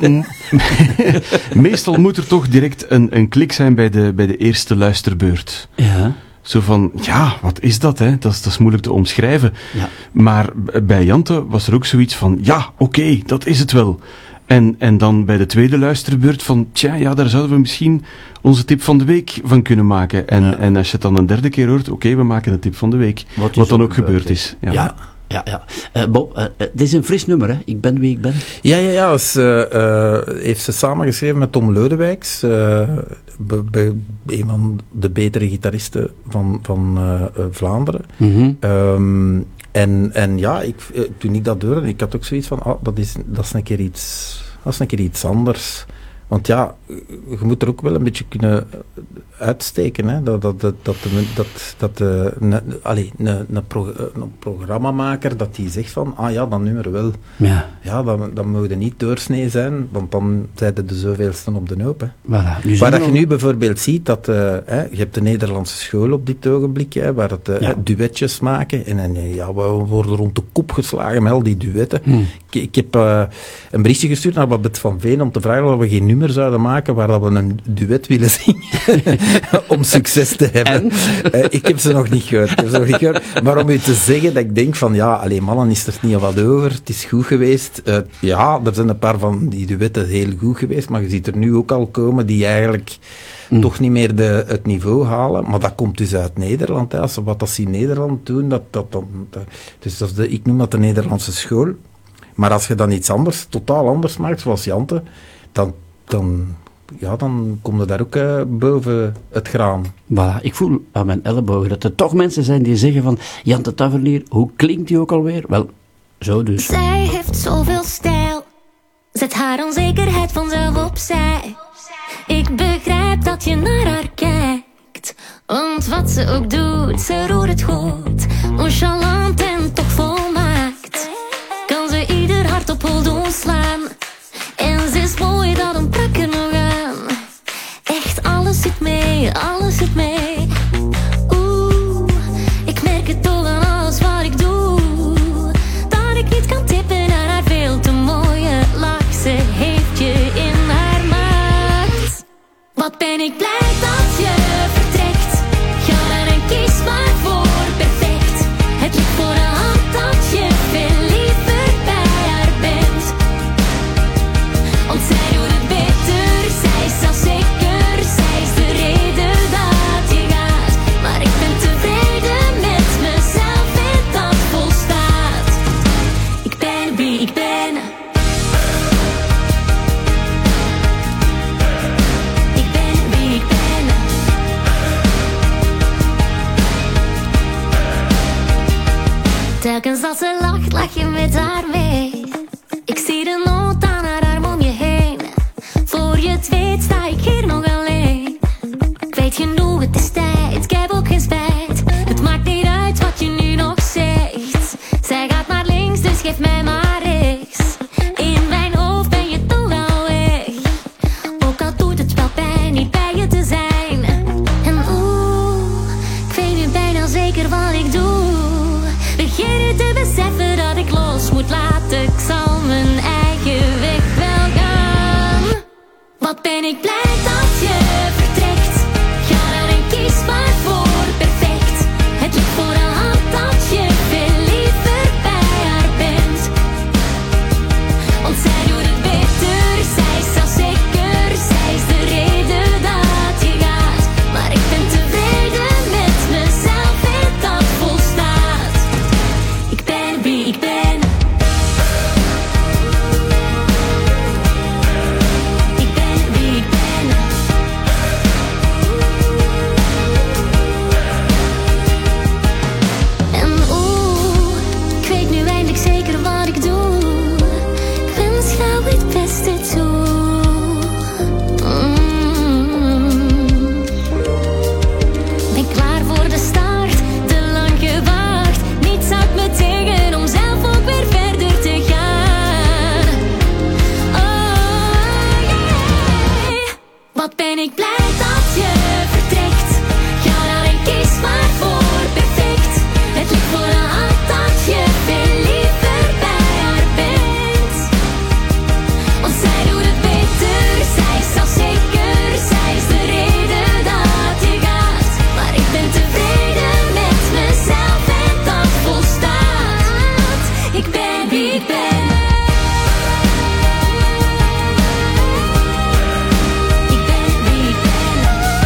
meestal moet er toch direct een, een klik zijn bij de, bij de eerste luisterbeurt. Ja. Zo van, ja, wat is dat, hè? Dat is, dat is moeilijk te omschrijven. Ja. Maar b- bij Jante was er ook zoiets van, ja, oké, okay, dat is het wel. En, en dan bij de tweede luisterbeurt van, tja, ja, daar zouden we misschien onze tip van de week van kunnen maken. En, Ja. en als je het dan een derde keer hoort, oké, okay, we maken de tip van de week. Wat, Wat dan ook gebeurd is. Ja. Ja. Ja, ja. Uh, Bob, uh, uh, dit is een fris nummer, hè? Ik ben wie ik ben. Ja, ja, ja. Dus, uh, uh, heeft ze samengeschreven met Tom Leudewijks. Uh, be, be, een van de betere gitaristen van, van uh, uh, Vlaanderen. Mm-hmm. Um, en, en ja, ik, uh, toen ik dat hoorde, ik had ook zoiets van, oh, dat, is, dat, is een keer iets, dat is een keer iets anders. Want ja, je moet er ook wel een beetje kunnen uitsteken. Hè? Dat, dat, dat, dat, dat, dat uh, ne, allee, een, een, pro, een programmamaker, dat die zegt van, ah ja, dat nummer wel. Ja. Ja, dan, dan moet je niet doorsnee zijn, want dan zijn de zoveelste op de hoop. Hè. Voilà. Nu Waar dat we je nog- nu bijvoorbeeld ziet, dat uh, hè, je hebt de Nederlandse school op dit ogenblik, hè, waar het uh, Ja. duetjes maken. En, en ja, we worden rond de kop geslagen met al die duetten. Hmm. Ik, ik heb uh, een berichtje gestuurd naar Babette van Veen om te vragen of we geen nummer zouden maken waar dat we een duet willen zingen om succes te hebben. Uh, ik heb ze nog niet gehoord. Ik heb ze nog niet gehoord. Maar om u te zeggen dat ik denk van ja, alleen mannen is er niet wat over. Het is goed geweest. Uh, ja, er zijn een paar van die duetten heel goed geweest, maar je ziet er nu ook al komen die eigenlijk mm. toch niet meer de, het niveau halen. Maar dat komt dus uit Nederland. Hè. Als ze, wat als ze in Nederland doen, dat, dat, dat, dat, dus dat is de, ik noem dat de Nederlandse school. Maar als je dan iets anders, totaal anders maakt, zoals Jante, dan, dan, ja, dan kom je daar ook uh, boven het graan. Voilà, ik voel aan mijn ellebogen dat er toch mensen zijn die zeggen van Jante Tavernier, hoe klinkt die ook alweer? Wel, zo dus. Zij heeft zoveel stijl, zet haar onzekerheid vanzelf opzij. Ik begrijp dat je naar haar kijkt, want wat ze ook doet, ze roert het goed. Nonchalant en toch volmaakt, kan ze ieder hart op hol doen slaan. En ze is mooi, dat ontbrak er nog aan. Echt, alles zit mee, alles zit mee. Oeh, ik merk het toch aan alles wat ik doe, dat ik niet kan tippen naar haar veel te mooie lach. Ze heeft je in haar macht. Wat ben ik blij dat je vertrekt. Ga maar en kies maar voor perfect. Het ligt voor de hand dat je veel liever bij haar bent. Want zij doet het beter, zij is zelfzeker. Zij is de reden dat je gaat. Maar ik ben tevreden met mezelf en dat volstaat. Ik ben wie ik ben. Ik ben wie ik ben. Telkens als ze lacht, lach je met haar mee. Ik zie de nood aan haar arm om je heen. Voor je het weet sta ik hier nog alleen. Ik weet genoeg, het is tijd, ik heb ook geen spijt. Het maakt niet uit wat je nu nog zegt. Zij gaat naar links, dus geef mij maar rechts. In mijn hoofd ben je toch al weg. Ook al doet het wel pijn niet bij je te zijn. En oeh, ik weet nu bijna zeker wat ik doe. Begin je te beseffen dat ik los moet laten. Ik zal mijn eigen weg wel gaan. Wat ben ik blij dat je vertrekt. Ga dan en kies maar voor perfect. Het ligt voor de hand dat je veel liever bij haar bent. ben wie ik ben. Ik ben wie ik ben.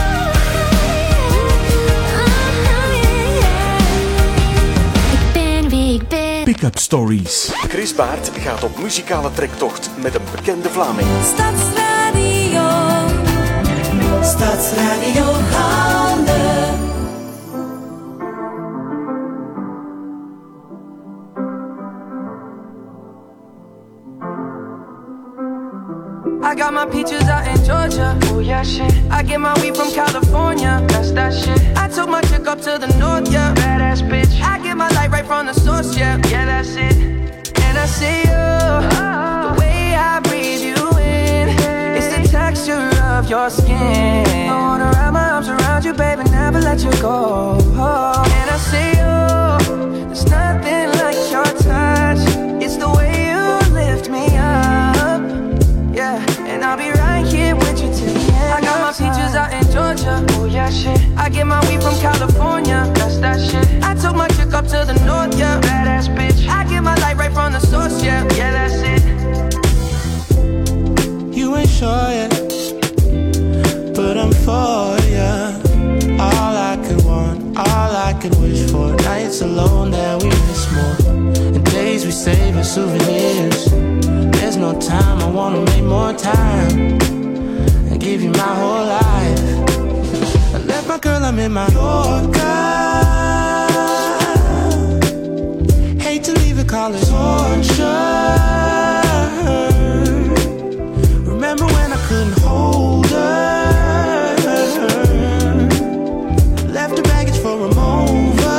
Ik ben wie ik ben. Pick-up Stories. Chris Baert gaat op muzikale trektocht met een bekende Vlaming. Stadsradio, Stadsradio Handen. I got my peaches out in Georgia. Oh yeah, shit. I get my weed from California. That's that shit. I took my chick up to the north, yeah. Badass bitch. I get my light right from the source, yeah. Yeah, that's it. And I see you, the way I breathe you in. It's the texture of your skin. I wanna wrap my arms around you, baby, never let you go. And I see you, there's nothing like your touch. It's the way you lift me up. Yeah, and I'll be right here with you till the end. I got my peaches out in Georgia. Oh yeah, shit. I get my weed from California. That's that shit. I took my chick up to the north, yeah. Badass bitch. I get my light right from the source, yeah. Yeah, that's it. You ain't sure yet, but I'm for ya. All I could want, all I could wish for. Nights alone that we miss more, and days we save as souvenirs. There's no time, I wanna make more time and give you my whole life. I left my girl, I'm in my Yorker. Hate to leave it, call it torture. Remember when I couldn't hold her? Left her baggage for a mover.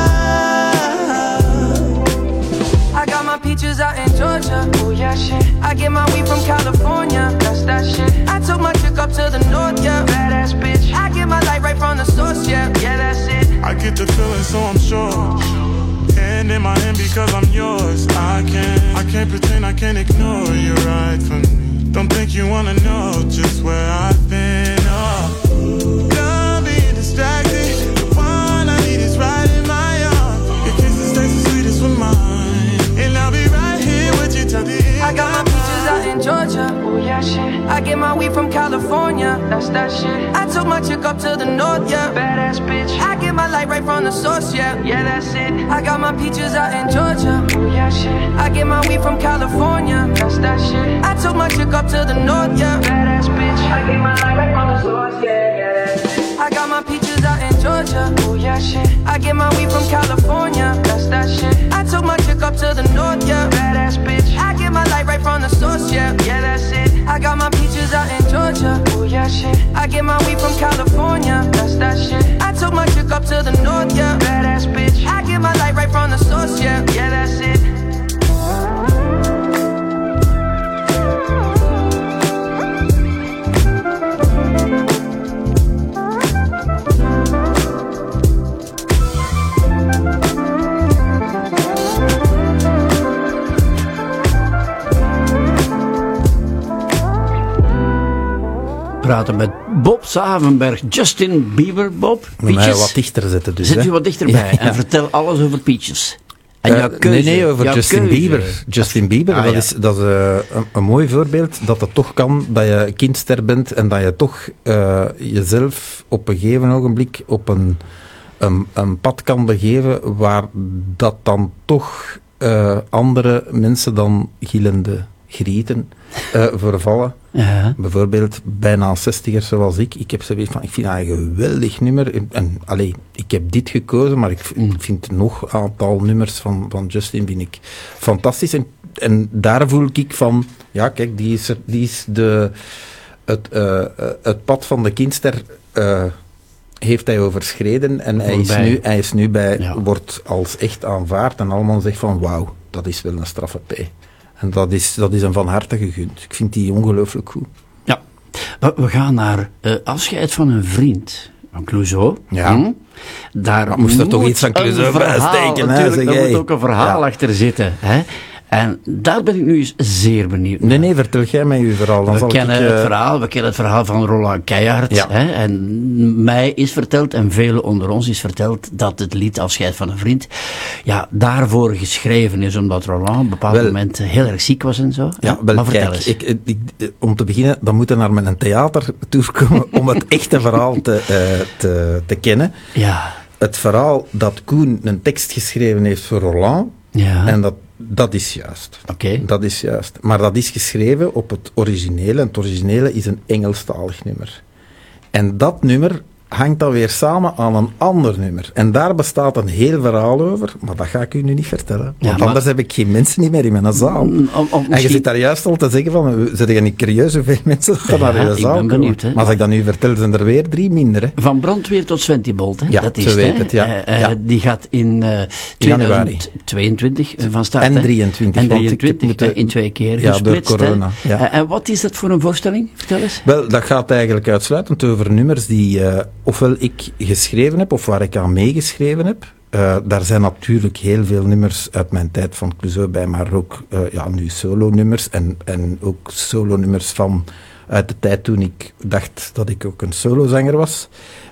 I got my peaches out in Georgia. Oh yeah, shit. I get my weed from California. That's that shit. I took my chick up to the north, yeah. Badass bitch. I get my light right from the source, yeah. Yeah, that's it. I get the feeling, so I'm sure. Hand in my hand because I'm yours. I can't, I can't pretend, I can't ignore you right from me. Don't think you wanna know just where I've been. Oh, done being distracted. The one I need is right in my arms. Your kisses taste the sweetest with mine, and I'll be right here with you till the end. I got my peaches out in Georgia. Oh yeah, shit. I get my weed from California. That's that shit. I took my chick up to the north, yeah. Badass bitch. I get my light right from the source, yeah. Yeah, that's it. I got my peaches out in Georgia. Oh yeah, shit. I get my weed from California. That's that shit. I took my chick up to the north, yeah. Badass bitch. I get my light right from the source, yeah. Yeah, that's it. I got my peaches out in Georgia. Oh yeah, shit. I get my weed from California. That's that shit. I took my chick up to the north, yeah. Badass bitch. I get my light right from the source, yeah. Yeah, that's it. I got my peaches out in Georgia. Oh yeah, shit. I get my weed from California. That's that shit. I took my chick up to the north, yeah. Badass bitch. I get my light right from the source, yeah. Yeah, that's it. Praten met Bob Savenberg, Justin Bieber, Bob. Moet mij wat dichter zetten dus. Zet hè? je wat dichterbij Ja, ja. en vertel alles over Peaches. En Uh, jouw keuze. nee, nee, over jouw Justin keuze. Bieber. Justin Bieber, Ah, dat ja. is, dat is uh, een, een mooi voorbeeld dat het toch kan dat je kindster bent en dat je toch uh, jezelf op een gegeven ogenblik op een, een, een pad kan begeven waar dat dan toch uh, andere mensen dan gillende grieten uh, voorvallen. Ja. Bijvoorbeeld bijna zestigers zoals ik. Ik heb zoiets van, ik vind dat een geweldig nummer. En, en allee, ik heb dit gekozen, maar ik, ik vind nog een aantal nummers van, van Justin vind ik fantastisch. En, en daar voel ik van, ja kijk, die is, er, die is de, het, uh, het pad van de kindster uh, heeft hij overschreden. En hij is, nu, hij is nu bij, ja. wordt als echt aanvaard. En allemaal zegt van, wauw, dat is wel een straffe P. En dat is, dat is een van harte gegund. Ik vind die ongelooflijk goed. Ja. We gaan naar uh, afscheid van een vriend. Van Clouseau. Ja. Hm? Daar maar moest er toch iets van Clouseau bij steken. Natuurlijk, daar moet ook een verhaal ja. achter zitten. Hè? En daar ben ik nu eens zeer benieuwd naar. Nee, nee, vertel jij mij uw verhaal. Dan We zal kennen ik, uh... het verhaal, we kennen het verhaal van Roland Keijhart. Ja. Hè, en mij is verteld, en velen onder ons is verteld, dat het lied Afscheid van een vriend, ja, daarvoor geschreven is, omdat Roland op een bepaald Wel, moment heel erg ziek was en zo. Ja, wel, maar vertel kijk, eens. ik, ik, ik, om te beginnen, dan moeten we naar mijn theatertour komen om het echte verhaal te, uh, te, te kennen. Ja. Het verhaal dat Koen een tekst geschreven heeft voor Roland, ja. en dat, dat is juist. Oké. Okay. Dat is juist. Maar dat is geschreven op het originele, en het originele is een Engelstalig nummer. En dat nummer hangt dan weer samen aan een ander nummer. En daar bestaat een heel verhaal over, maar dat ga ik u nu niet vertellen. Want ja, maar... anders heb ik geen mensen niet meer in mijn zaal. Om, om, misschien... En je zit daar juist al te zeggen van, zit je niet curieus hoeveel mensen gaan ja, naar je zaal ben benieuwd, komen. Maar als ik dat nu vertel, zijn er weer drie minder. Hè. Van Brandweer tot Zwentibolt, hè? Ja, dat is zo het, weet hè? het, ja. Uh, uh, ja. Die gaat in uh, tweeduizend tweeëntwintig van start. En drieëntwintig. En drieëntwintig, want ik, ik in twee keer ja, gesplitst. Door corona. Ja. Uh, en wat is dat voor een voorstelling? Vertel eens. Wel, dat gaat eigenlijk uitsluitend over nummers die uh, ofwel ik geschreven heb, of waar ik aan meegeschreven heb. Uh, daar zijn natuurlijk heel veel nummers uit mijn tijd van Clouseau bij, maar ook uh, ja, nu solo-nummers en, en ook solo-nummers van uit de tijd toen ik dacht dat ik ook een solozanger was.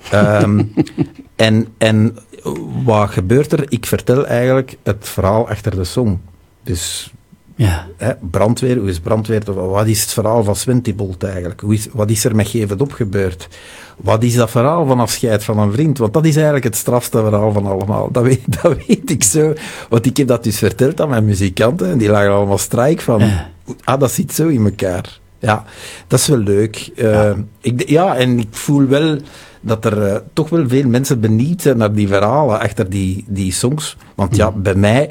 Um, en, en wat gebeurt er? Ik vertel eigenlijk het verhaal achter de song. Dus ja. hè, brandweer, hoe is brandweer? Wat is het verhaal van Zwentibolt eigenlijk? Hoe is, wat is er met Geef het op gebeurd? Wat is dat verhaal van afscheid van een vriend? Want dat is eigenlijk het strafste verhaal van allemaal. Dat weet, dat weet ik zo. Want ik heb dat dus verteld aan mijn muzikanten en die lagen allemaal strijk van, ja. ah, dat zit zo in elkaar. Ja, dat is wel leuk. Uh, ja. Ik, ja, en ik voel wel dat er uh, toch wel veel mensen benieuwd zijn naar die verhalen achter die, die songs. Want ja, bij mij,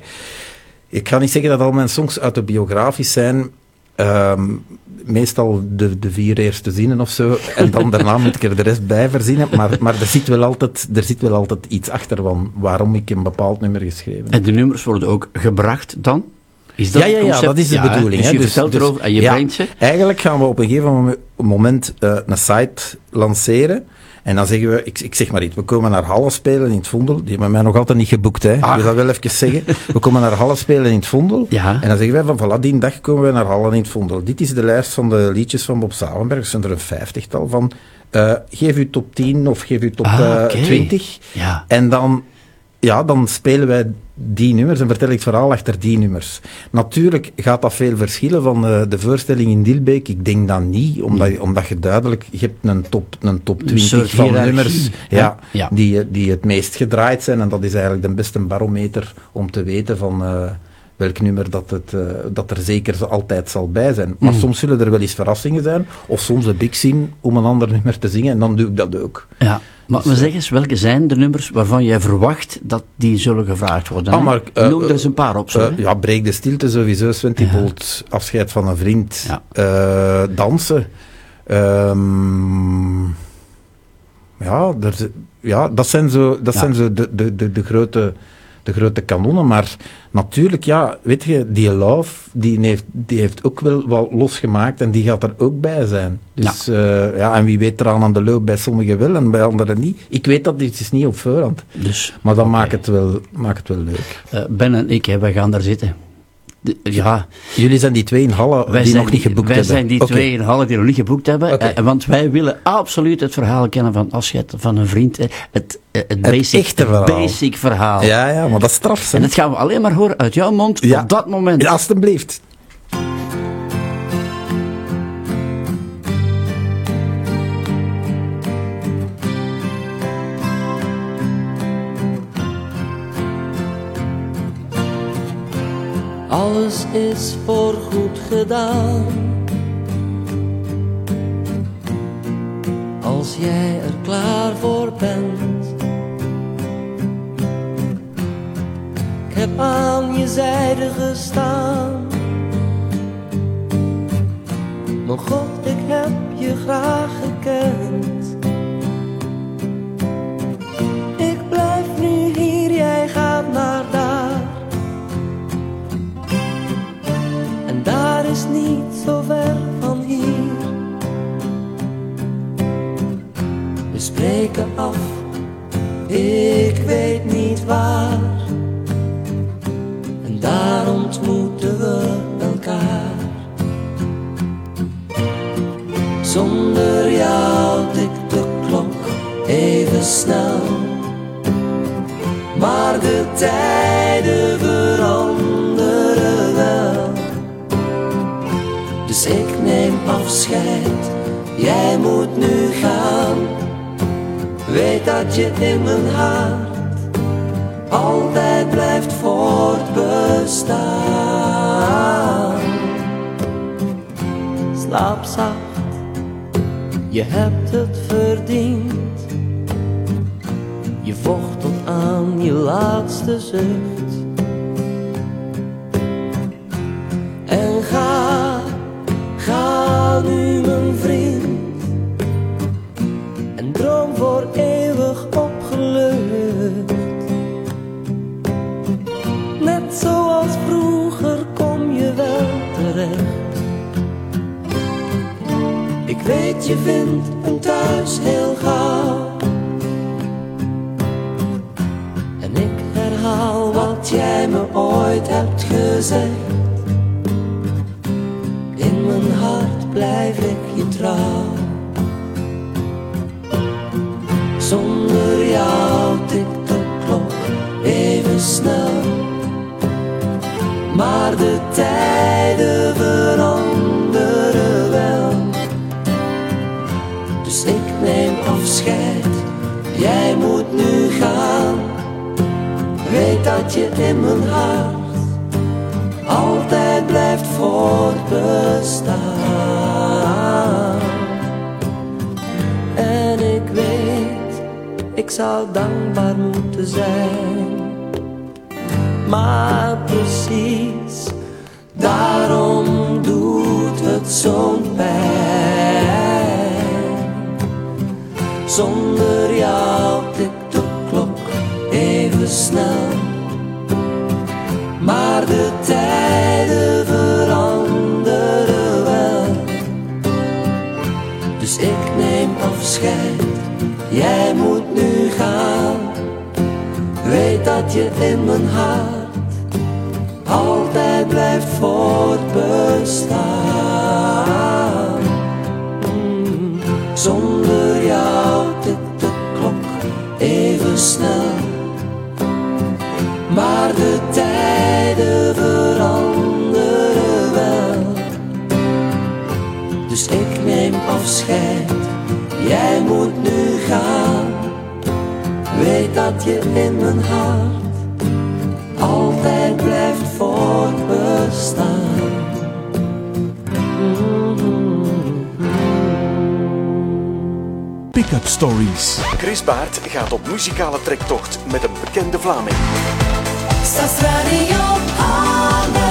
ik ga niet zeggen dat al mijn songs autobiografisch zijn. Um, meestal de, de vier eerste zinnen of zo, en dan daarna moet ik er de rest bij verzinnen, maar, maar er, zit wel altijd, er zit wel altijd iets achter van waarom ik een bepaald nummer geschreven heb. En de nummers worden ook gebracht dan? Is dat ja, ja, ja, dat is de ja, bedoeling. Dus je hè. vertelt dus, erover en je ja, brengt ze? Eigenlijk gaan we op een gegeven moment uh, een site lanceren. En dan zeggen we, ik, ik zeg maar iets, we komen naar Halle spelen in het Vondel. Die hebben mij nog altijd niet geboekt, hè. Ah. Ik wil dat wel even zeggen. We komen naar Halle spelen in het Vondel. Ja. En dan zeggen wij van, voilà, die dag komen we naar Halle in het Vondel. Dit is de lijst van de liedjes van Bob Savenberg. Er zijn er een vijftigtal van. Uh, geef u top tien of geef u top ah, uh, okay. twintig. Ja. En dan... Ja, dan spelen wij die nummers en vertel ik het verhaal achter die nummers. Natuurlijk gaat dat veel verschillen van uh, de voorstelling in Dilbeek. Ik denk dat niet, omdat, nee. omdat je duidelijk... Je hebt een top, een top een twintig van hierarchie. nummers ja, ja. Die, die het meest gedraaid zijn. En dat is eigenlijk de beste barometer om te weten van... Uh, welk nummer dat, het, uh, dat er zeker altijd zal bij zijn. Maar mm. soms zullen er wel eens verrassingen zijn. Of soms heb ik zin om een ander nummer te zingen. En dan doe ik dat ook. Ja. Maar, dus, maar zeg eens, welke zijn de nummers waarvan jij verwacht dat die zullen gevraagd worden? Ah, maar, uh, Noem er eens een paar op. Zo, uh, ja, Breek de stilte sowieso. Zwentibolt, ja. Afscheid van een vriend. Ja. Uh, dansen. Um, ja, er, ja, dat zijn zo, dat ja. zijn zo de, de, de, de grote... de grote kanonnen, maar natuurlijk, ja, weet je, die Love, die heeft, die heeft ook wel wat losgemaakt en die gaat er ook bij zijn. Dus, ja, uh, ja en wie weet eraan aan de loop bij sommigen wel en bij anderen niet. Ik weet dat dit is niet op voorhand, dus, maar dan okay. maakt het wel, maakt het wel leuk. Uh, Ben en ik, hè, wij gaan daar zitten. De, ja. Jullie zijn die twee in Halle wij die nog niet geboekt wij hebben. Wij zijn die okay. twee in Halle die nog niet geboekt hebben. Okay. Uh, want wij willen absoluut het verhaal kennen van afscheid van een vriend. Uh, het, uh, het, basic, het echte verhaal. Het basic verhaal. Ja, ja, maar dat is straf. En dat gaan we alleen maar horen uit jouw mond ja. op dat moment. Ja, alstublieft. Alles is voorgoed gedaan. Als jij er klaar voor bent. Ik heb aan je zijde gestaan. Mijn God, ik heb je graag gekend. Ik blijf nu hier, jij gaat naar daar. Daar is niet zo ver van hier. We spreken af, ik weet niet waar. En daar ontmoeten we Zonder jou tikt de klok even snel. Maar de tijden veranderen wel. Dus ik neem afscheid, jij moet nu gaan. Weet dat je in mijn hart altijd blijft voortbestaan. Slaap zacht, je hebt het verdiend. Je vocht tot aan je laatste zucht. En ga, ga nu mijn vriend. En droom voor eeuwig opgelucht. Net zoals vroeger kom je wel terecht. Ik weet je vindt een thuis heel gauw. En ik herhaal wat jij me ooit hebt gezegd. In mijn hart blijf ik je trouw. Zonder jou tikt de klok even snel. Maar de tijden veranderen wel. Dus ik neem afscheid, jij moet nu gaan. Weet dat je in mijn hart altijd blijft voortbestaan. En ik weet, ik zou dankbaar moeten zijn. Maar precies, daarom doet het zo'n pijn. Zonder jou tikt de klok even snel. Maar de tijden veranderen wel. Dus ik neem afscheid, jij moet nu gaan. Weet dat je in mijn hart altijd blijft voortbestaan. Mm. Zonder jou tikt de klok even snel. Maar de tijden veranderen wel. Dus ik neem afscheid, jij moet nu gaan. Weet dat je in mijn hart altijd blijft voortbestaan. Pick-up Stories. Chris Baert gaat op muzikale trektocht met een bekende Vlaming. Stadsradio Anne.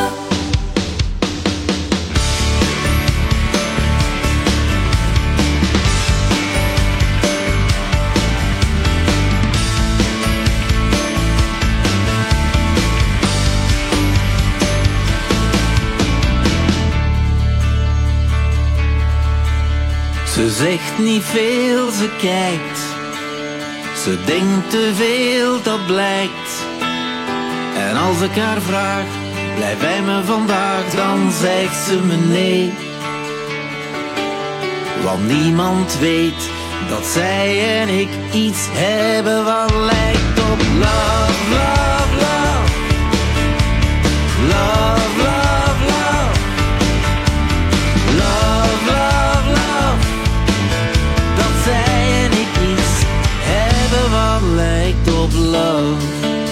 Ze zegt niet veel, ze kijkt. Ze denkt te veel, dat blijkt. En als ik haar vraag, blijf bij me vandaag, dan zegt ze me nee. Want niemand weet dat zij en ik iets hebben wat lijkt op love, love, love. Love, love, love. Love, love, love. Dat zij en ik iets hebben wat lijkt op love.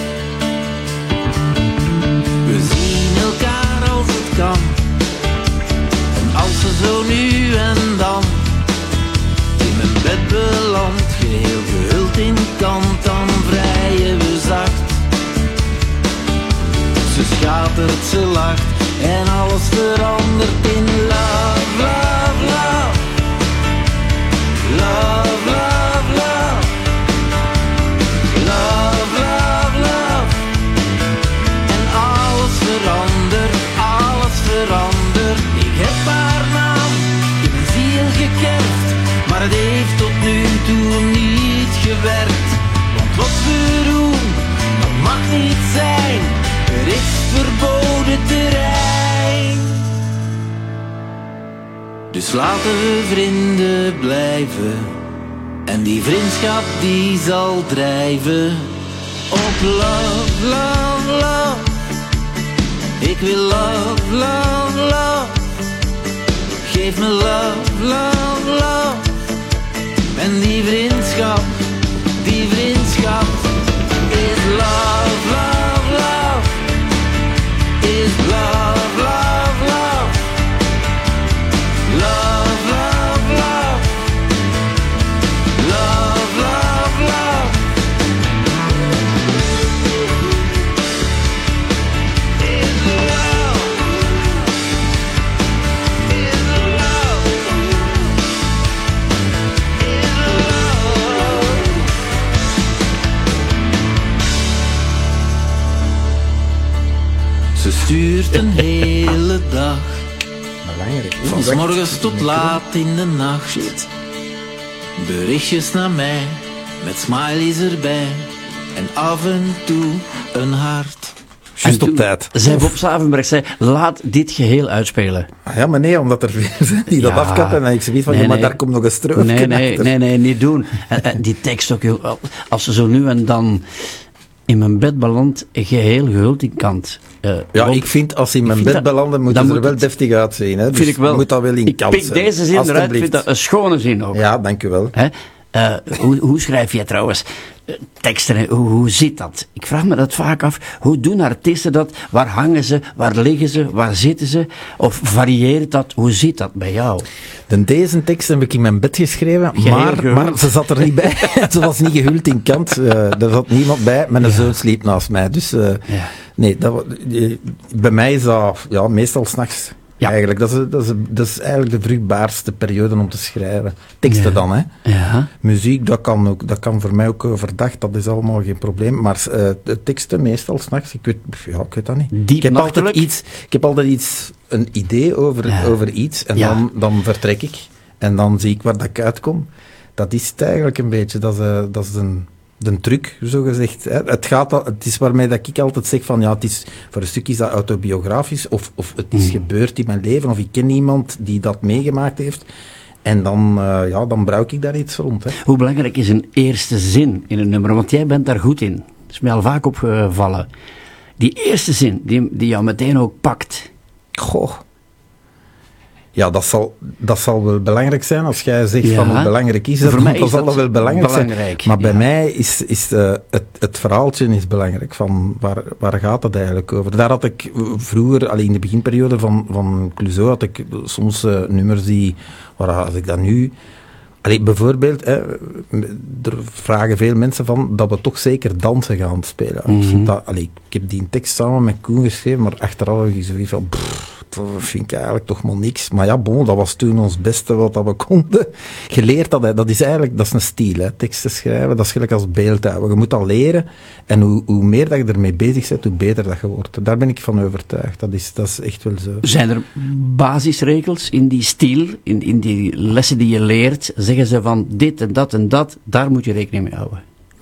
We zien elkaar als het kan. En als ze zo nu en dan in mijn bed belandt, geheel gehuld in kant, dan vrijen we zacht. Ze schatert, ze lacht en alles verandert in love, love, love. Love, love, love. Love, love, love. En alles verandert, alles verandert. Ik heb haar naam in mijn ziel gekerfd, maar het heeft tot nu toe niet gewerkt. Want wat we doen, dat mag niet zijn. Er is verboden terrein. Dus laten we vrienden blijven. En die vriendschap die zal drijven. Op love, love, love. Ik wil love, love, love. Geef me love, love, love. En die vriendschap, die vriendschap is love, love, love. Is love, love, love. Love, love, love. Love, love, love. Is love. Is love. Is love. Ze stuurt een hele dag. Van 's morgens tot laat in de nacht. Berichtjes naar mij, met smileys erbij. En af en toe een hart. Juist op tijd. Zei Bob Savenberg, zei, laat dit geheel uitspelen. Ja, maar nee, omdat er veel zijn die dat Ja. afkappen. En ik zeg van, Nee, ja, maar nee. daar komt nog een stroofje Nee, nee, achter. nee, nee, niet doen. En, en die tekst ook, joh, als ze zo nu en dan in mijn bed belandt, geheel gehuld in kant. Uh, Ja, Bob, ik vind als ze in mijn vind bed dat- belanden, moeten dan ze er moet wel het- deftig uitzien. Hè? Dus vind ik wel. moet dat wel in Ik kant pik zijn. deze zin eruit, ik Alsjeblieft. vind dat een schone zin ook. Ja, dank u wel. Hè? Uh, hoe, hoe schrijf jij trouwens uh, teksten? Hè? Hoe, hoe zit dat? Ik vraag me dat vaak af. Hoe doen artiesten dat? Waar hangen ze? Waar liggen ze? Waar zitten ze? Of varieert dat? Hoe zit dat bij jou? De, deze tekst heb ik in mijn bed geschreven, Geheel maar, gehuld. maar ze zat er niet bij. Ze was niet gehuld in kant. Uh, er zat niemand bij. Mijn Ja. zoon sliep naast mij. Dus uh, Ja. nee, dat, wa- eh, bij mij is dat ja, meestal 's nachts. Ja. Eigenlijk, dat is, dat, is, dat is eigenlijk de vruchtbaarste periode om te schrijven. Teksten Ja. dan, hè. Ja. Muziek, dat kan, ook, dat kan voor mij ook overdag, dat is allemaal geen probleem. Maar uh, de teksten meestal 's nachts, ik weet, ja, ik weet dat niet. Diep ik, heb altijd nachtelijk? iets, ik heb altijd iets, een idee over, Ja. over iets en Ja. dan, dan vertrek ik. En dan zie ik waar dat ik uitkom. Dat is het eigenlijk een beetje, dat is, uh, dat is een... de truc, zo gezegd. Hè. Het, gaat al, het is waarmee dat ik altijd zeg van, ja, het is, voor een stuk is dat autobiografisch, of, of het is Mm. gebeurd in mijn leven, of ik ken iemand die dat meegemaakt heeft. En dan, uh, ja, dan bruik ik daar iets rond. Hè. Hoe belangrijk is een eerste zin in een nummer? Want jij bent daar goed in. Dat is mij al vaak opgevallen. Die eerste zin, die, die jou meteen ook pakt. Goh. Ja, dat zal, dat zal wel belangrijk zijn. Als jij zegt Ja. van hoe belangrijk is dat, Voor mij dan is zal dat dat wel belangrijk, belangrijk, zijn. Maar bij ja. mij is, is uh, het, het verhaaltje is belangrijk. Van waar, waar gaat het eigenlijk over? Daar had ik vroeger, al in de beginperiode van, van Clouseau, had ik soms uh, nummers die, waar als ik dat nu... Allee, bijvoorbeeld, hè, er vragen veel mensen van dat we toch zeker dansen gaan spelen. Mm-hmm. Ik, vind dat, allee, ik heb die tekst samen met Koen geschreven, maar achteraf heb ik zoiets van, pff, dat vind ik eigenlijk toch maar niks. Maar ja, bon, dat was toen ons beste wat dat we konden. Geleerd dat, hè, dat is eigenlijk, dat is een stijl, hè, teksten schrijven, dat is gelijk als beeldhouden. Je moet dat leren en hoe, hoe meer dat je ermee bezig bent, hoe beter dat je wordt. Daar ben ik van overtuigd. Dat is, dat is echt wel zo. Zijn er basisregels in die stijl, in, in die lessen die je leert? Zeggen ze van dit en dat en dat, daar moet je rekening mee houden?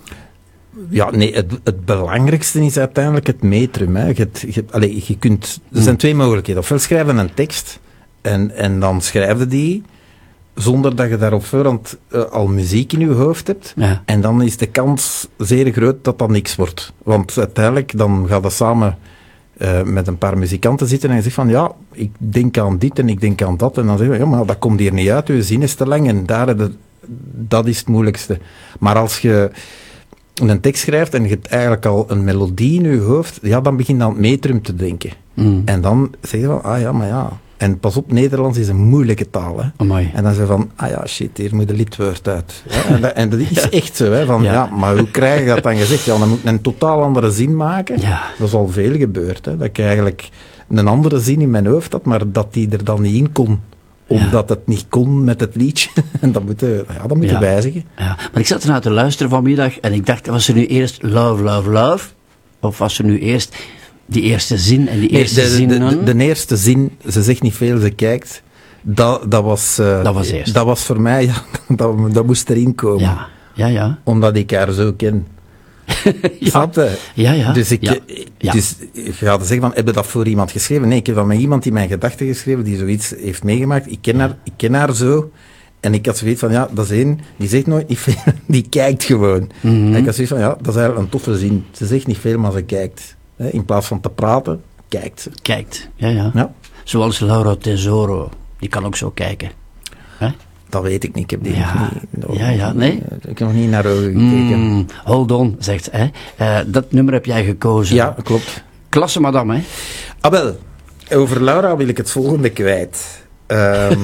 Ja, nee, het, het belangrijkste is uiteindelijk het metrum. Hè. Je, hebt- je, hebt- allee, je kunt, er zijn twee mogelijkheden. Ofwel schrijven een tekst en, en dan schrijf je die zonder dat je daar op voorhand uh, al muziek in je hoofd hebt. Ja. En dan is de kans zeer groot dat dat niks wordt. Want uiteindelijk dan gaat dat samen uh, met een paar muzikanten zitten en je zegt van ja, ik denk aan dit en ik denk aan dat. En dan zeg je, ja, maar dat komt hier niet uit, je zin is te lang en daar, heb je- dat is het moeilijkste. Maar als je een tekst schrijft en je hebt eigenlijk al een melodie in je hoofd, ja, dan begin je aan het metrum te denken. Mm. En dan zeg je van, ah ja, maar ja. En pas op, Nederlands is een moeilijke taal. Hè. Amai. En dan zeg je van, ah ja, shit, hier moet de lidwoord uit. Ja, en, dat, en dat is echt zo. Hè, van, Ja. ja. maar hoe krijg je dat dan gezegd? Ja, dan moet je een totaal andere zin maken. Ja. Dat is al veel gebeurd. Hè, dat ik eigenlijk een andere zin in mijn hoofd had, maar dat die er dan niet in kon. Omdat het niet kon met het liedje. En dat moet je, ja, dat moet je Ja. wijzigen. Ja, maar ik zat ernaar te luisteren vanmiddag en ik dacht, was er nu eerst love, love, love? Of was er nu eerst die eerste zin en die Nee, eerste de, de, zinnen? de, de eerste zin, ze zegt niet veel, ze kijkt. Dat, dat, was, uh, Dat was eerst. Dat was voor mij, ja, dat, dat moest erin komen. Ja, ja, ja. Omdat ik haar zo ken. Ja. Snap je? Ja, ja. Dus, ik, Ja. Ja. dus je gaat zeggen van, heb je dat voor iemand geschreven? Nee, ik heb dat met iemand die mijn gedachten geschreven, die zoiets heeft meegemaakt. Ik ken haar, ik ken haar zo. En ik had zoiets van, ja, dat is één, die zegt nooit niet veel, die kijkt gewoon. Mhm. En ik had zoiets van, ja, dat is eigenlijk een toffe zin. Ze zegt niet veel, maar ze kijkt. Hè, in plaats van te praten, kijkt ze. Kijkt, ja, ja. Ja. Zoals Laura Tesoro, die kan ook zo kijken. Hè? Dat weet ik niet, ik heb die Ja. nog niet... Ja, ja, nee? Ik heb nog niet naar haar ogen gekeken. Mm, hold on, zegt ze. Hè? Eh, dat nummer heb jij gekozen. Ja, klopt. Klasse, madame, hè? Ah, wel. Over Laura wil ik het volgende kwijt. Ehm,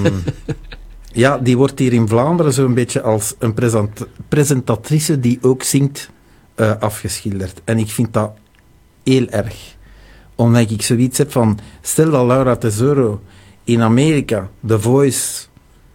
ja, die wordt hier in Vlaanderen zo'n beetje als een present, presentatrice die ook zingt uh, afgeschilderd. En ik vind dat heel erg. Omdat ik zoiets heb van... Stel dat Laura Tesoro in Amerika The Voice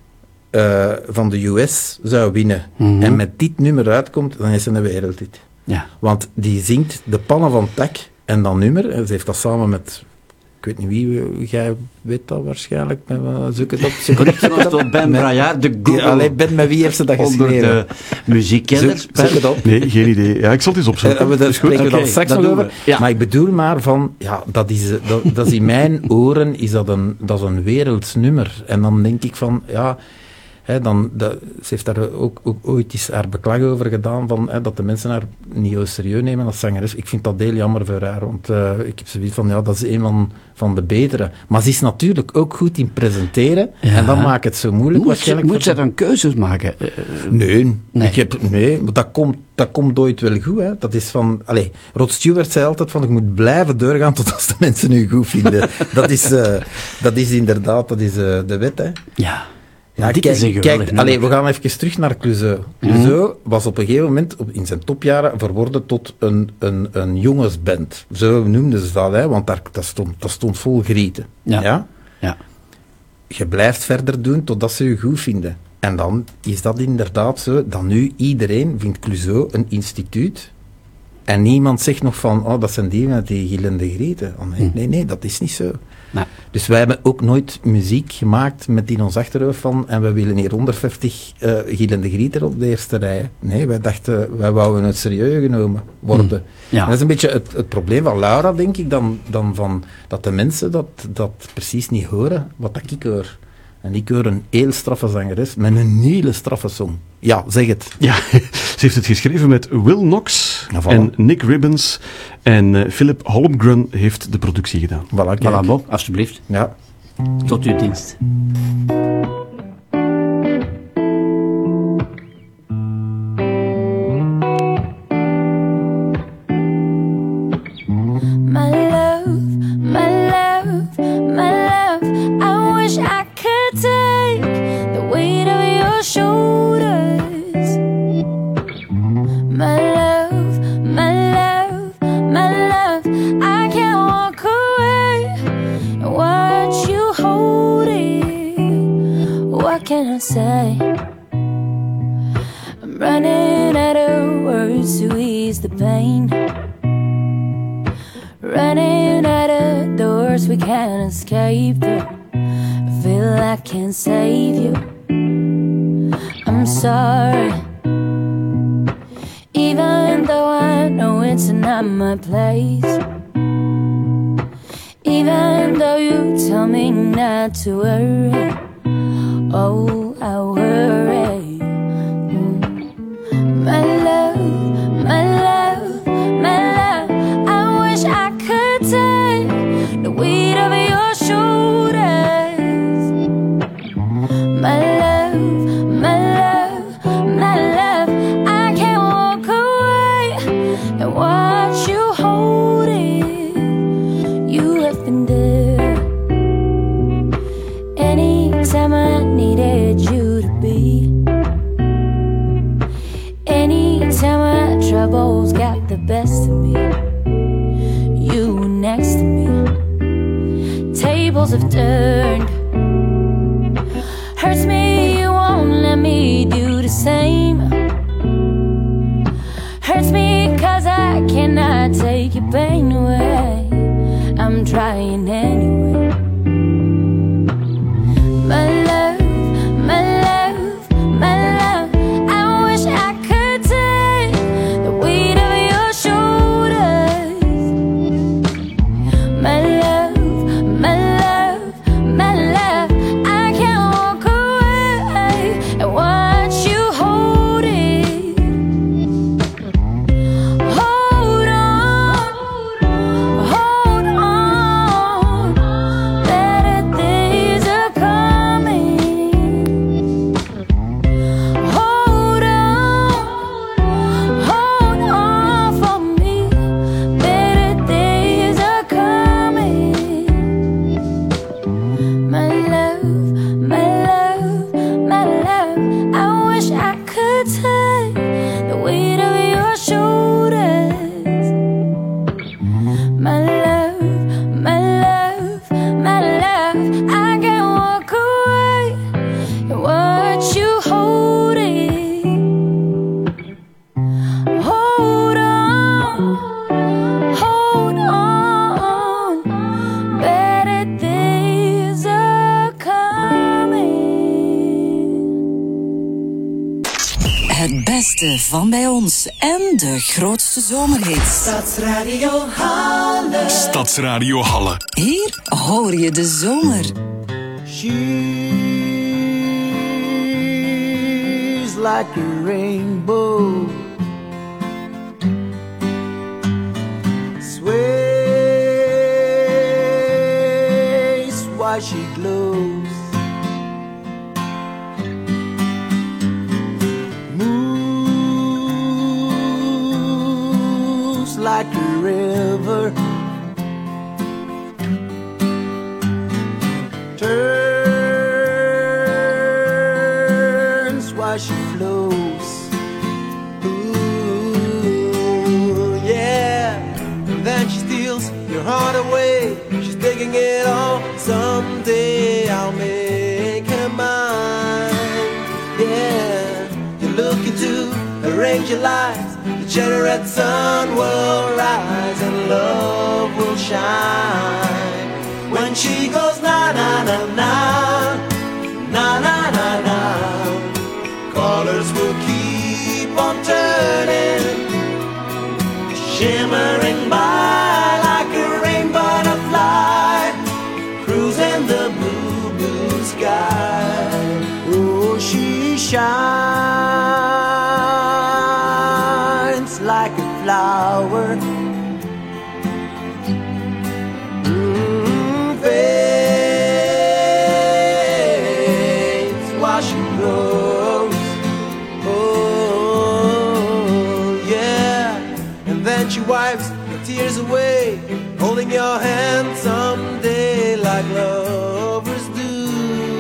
uh, van de U S zou winnen. Mhm. En met dit nummer uitkomt, dan is ze een wereldhit. Ja. Want die zingt de pannen van Tak en dat nummer. En ze heeft dat samen met... Ik weet niet wie, jij weet dat waarschijnlijk. Met, uh, zoek het op. Zoek het op, zoek het op. Ben Met- Braillard, de Google. Ja, alleen Ben, met wie heeft ze dat Onder geschreven? de muziekkenners. Zoek, zoek het op. Nee, geen idee. Ja, ik zal het eens Eh, opzoeken. we, daar spreken we Oké, dan straks dat nog doen over. we. Ja. Maar ik bedoel maar van, ja, dat is, eh, dat, dat is in mijn oren is dat een, dat is een werelds nummer. En dan denk ik van, ja, hè, dan, dat, ze heeft daar ook, ook ooit eens haar beklag over gedaan, van, hè, dat de mensen haar niet heel serieus nemen als zangeres. Ik vind dat heel jammer voor haar, want uh, ik heb zoiets van, ja, dat is een van, van de betere. Maar ze is natuurlijk ook goed in presenteren, Ja. en dat maakt het zo moeilijk Moet, ze, waarschijnlijk. moet voor- zij dan keuzes maken? Eh, Nee, Nee. Ik heb, nee maar dat komt, dat komt ooit wel goed. Hè. Dat is van, allez, Rod Stewart zei altijd van, ik moet blijven doorgaan totdat de mensen u goed vinden. dat, is, uh, dat is inderdaad, dat is uh, de wet. Hè. ja. Ja, Dit kijk, is een geweldig kijk nummer. allez, we gaan even terug naar Clouseau. Clouseau was op een gegeven moment op, in zijn topjaren verworden tot een, een, een jongensband. Zo noemden ze dat, hè, want daar, dat, stond, dat stond vol grieten. Ja. Ja? Ja. Je blijft verder doen totdat ze je goed vinden. En dan is dat inderdaad zo, dat nu iedereen vindt Clouseau een instituut. En niemand zegt nog van, oh, dat zijn die met die gillende grieten. Oh, nee, nee, nee, dat is niet zo. Nee. Dus wij hebben ook nooit muziek gemaakt met in ons achterhoofd van, en we willen hier honderdvijftig uh, gillende grieten op de eerste rij. Nee, wij dachten, wij wouden het serieus genomen worden. Ja. En dat is een beetje het, het probleem van Laura, denk ik, dan, dan van, dat de mensen dat, dat precies niet horen, wat dat ik hoor. En ik hoor een heel straffe zangeres met een hele straffe song. Ja, zeg het. Ja, ze heeft het geschreven met Will Knox Ja, voilà. en Nick Ribbons. En uh, Philip Holmgren heeft de productie gedaan. Voilà, kijk. Voilà, Bob, alsjeblieft. Ja. Tot uw dienst. My love, my love, my love. I wish I could take the weight of your shoulders. My love, my love, my love. I can't walk away and watch you hold it. What can I say? I'm running out of words to ease the pain. Running out of doors we can't escape through. I feel I can't save you. I'm sorry. Even though I know it's not my place. Even though you tell me not to worry. Oh, I worry. Mm. My love, my love, my love. I wish I could take the weight of your shoulders. My love, my love, my love. I can't walk away and watch you hold it. You have been there anytime I needed you to be. Anytime my troubles got the best of me. You were next to me. Tables have turned. Hurts me, you won't let me do the same. Hurts me cause I cannot take your pain away. I'm trying anyway. My love, my love, my love. I wish I could take the weight of your beste van bij ons en de grootste zomerhits. Stadsradio Halle. Stadsradio Halle. Hier hoor je de zomer. She's like a rainbow, sways while she glows, moves like a river, turns while she flows. Ooh, yeah. And then she steals your heart away. She's taking it all. Someday I'll make her mine. Yeah. You look into her angel eyes. The generate sun will rise and love will shine. When she goes na na na na, na na na na, colors will keep on turning, shimmering by like a rain butterfly, cruising the blue, blue sky. Oh, she shines like a flower. She wipes the tears away, holding your hand someday like lovers do.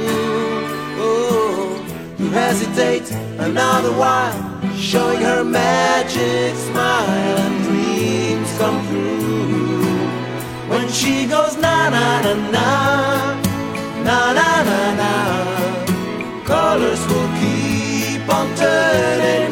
Oh, you hesitate another while, showing her magic smile and dreams come true. When she goes na na na na, na na na na, colors will keep on turning,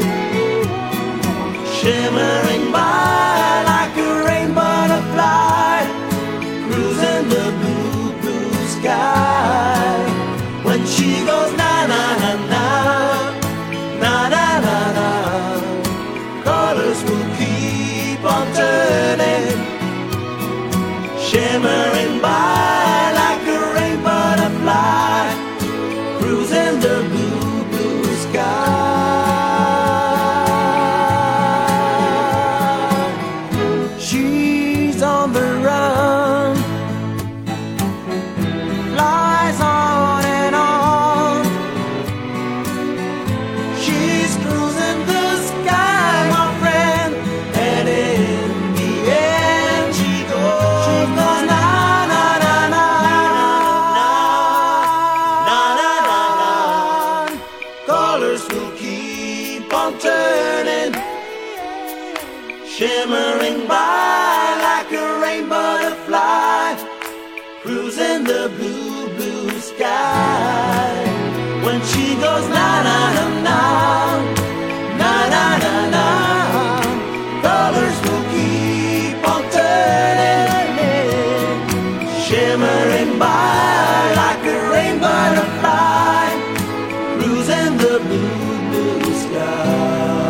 shimmering by like a rain butterfly, cruising the blue, blue sky. When she goes na na na na, na na na na, colors will keep on turning, shimmering by like a rain butterfly, cruising the blue, blue sky. Shimmering by like a rain butterfly, cruising the blue, blue sky. When she goes na na na na, na na na na, colors will keep on turning, shimmering by like a rain butterfly, cruising the blue, blue sky.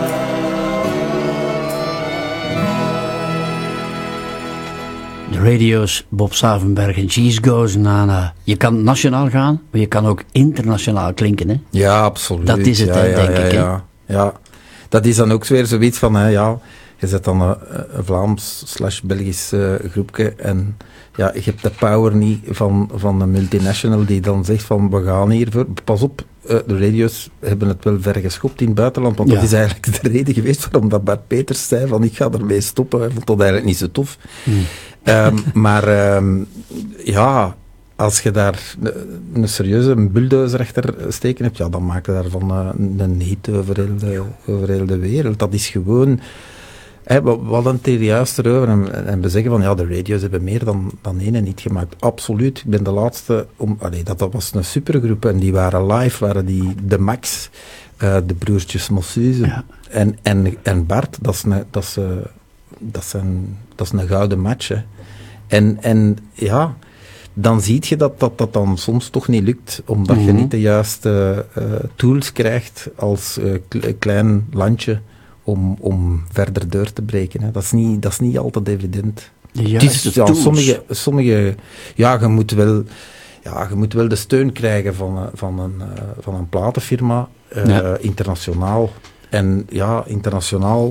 De radio's, Bob Savenberg en Cheese Goes Nana. Je kan nationaal gaan, maar je kan ook internationaal klinken, hè? Ja, absoluut. Dat is het, ja, hè, ja, denk ja, ik. Hè? Ja, ja. Dat is dan ook weer zoiets van, hè, ja, je zet dan een, een Vlaams slash Belgisch uh, groepje en ja, je hebt de power niet van, van een multinational die dan zegt van, we gaan hiervoor. Pas op, uh, de radio's hebben het wel ver geschopt in het buitenland, want Ja. dat is eigenlijk de reden geweest waarom dat Bart Peters zei van, ik ga ermee stoppen. Hij vond dat eigenlijk niet zo tof. Hmm. Um, maar um, ja, als je daar een, een serieuze bulldozer achter steken hebt, ja, dan maak je daarvan uh, een hit over heel, de, over heel de wereld. Dat is gewoon... Hey, we, we hadden het hier juist erover en, en we zeggen van ja, de radio's hebben meer dan, dan één niet gemaakt. Absoluut. Ik ben de laatste... Om, allee, dat, dat was een supergroep en die waren live, waren die de Max, uh, de broertjes Mossuze. Ja. En, en, en Bart, dat is een, dat is, dat is een, dat is een gouden match. Hè. En, en ja, dan zie je dat, dat dat dan soms toch niet lukt, omdat Mm-hmm. je niet de juiste uh, tools krijgt als uh, kle- klein landje om, om verder door te breken. Hè. Dat is niet, dat is niet altijd evident. De Het juiste is, ja, tools. sommige, sommige, ja, je moet wel, ja, je moet wel de steun krijgen van, uh, van, een, uh, van een platenfirma, uh, Ja. internationaal. En ja, internationaal.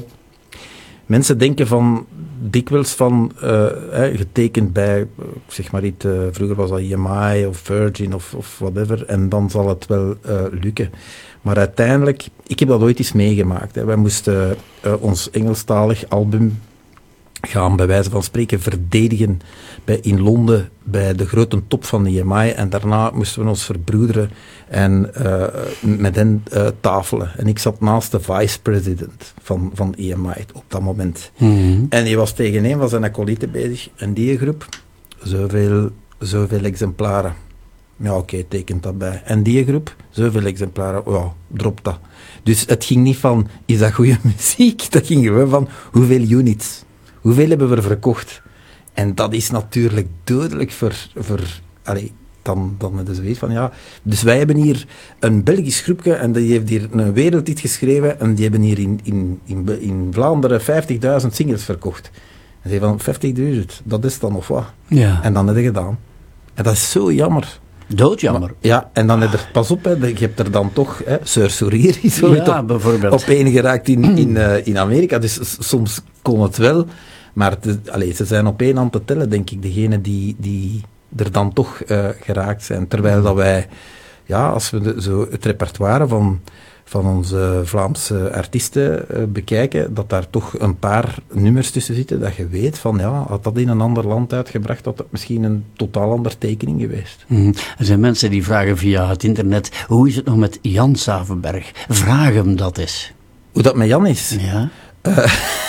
Mensen denken van dikwijls van uh, hè, getekend bij, uh, zeg maar iets, uh, vroeger was dat E M I of Virgin of, of whatever, en dan zal het wel uh, lukken. Maar uiteindelijk, ik heb dat ooit eens meegemaakt. Hè. Wij moesten uh, ons Engelstalig album gaan bij wijze van spreken verdedigen bij, in Londen bij de grote top van de E M I, en daarna moesten we ons verbroederen en uh, met hen uh, tafelen. En ik zat naast de vice-president van, van E M I op dat moment. Mm-hmm. En die was tegen een van zijn acolyten bezig, en die groep, zoveel, zoveel exemplaren. Ja, oké, okay, tekent dat bij. En die groep, zoveel exemplaren, ja, drop dat. Dus het ging niet van, is dat goede muziek? Dat ging gewoon van, hoeveel units? Hoeveel hebben we er verkocht? En dat is natuurlijk dodelijk voor... voor allez, dan, dan is het zoiets van, ja... Dus wij hebben hier een Belgisch groepje en die heeft hier een wereldhit geschreven en die hebben hier in, in, in, in Vlaanderen vijftigduizend singles verkocht. En ze van, vijftigduizend, dat is dan nog wat. Ja. En dan heb je gedaan. En dat is zo jammer. Doodjammer. Maar, ja, en dan heb je er, pas op, hè, je hebt er dan toch, hè, Sir Sourier is Ja, ooit op, bijvoorbeeld. op één geraakt in, in, uh, in Amerika, dus s- soms kon het wel, maar de, allez, ze zijn op één hand te tellen, denk ik, degenen die, die er dan toch uh, geraakt zijn. Terwijl dat wij, ja, als we de, zo het repertoire van, van onze Vlaamse artiesten uh, bekijken, dat daar toch een paar nummers tussen zitten, dat je weet van, ja, had dat in een ander land uitgebracht, had dat misschien een totaal andere tekening geweest. Mm. Er zijn mensen die vragen via het internet, hoe is het nog met Jan Savenberg? Vraag hem dat eens. Hoe dat met Jan is? Ja. Uh,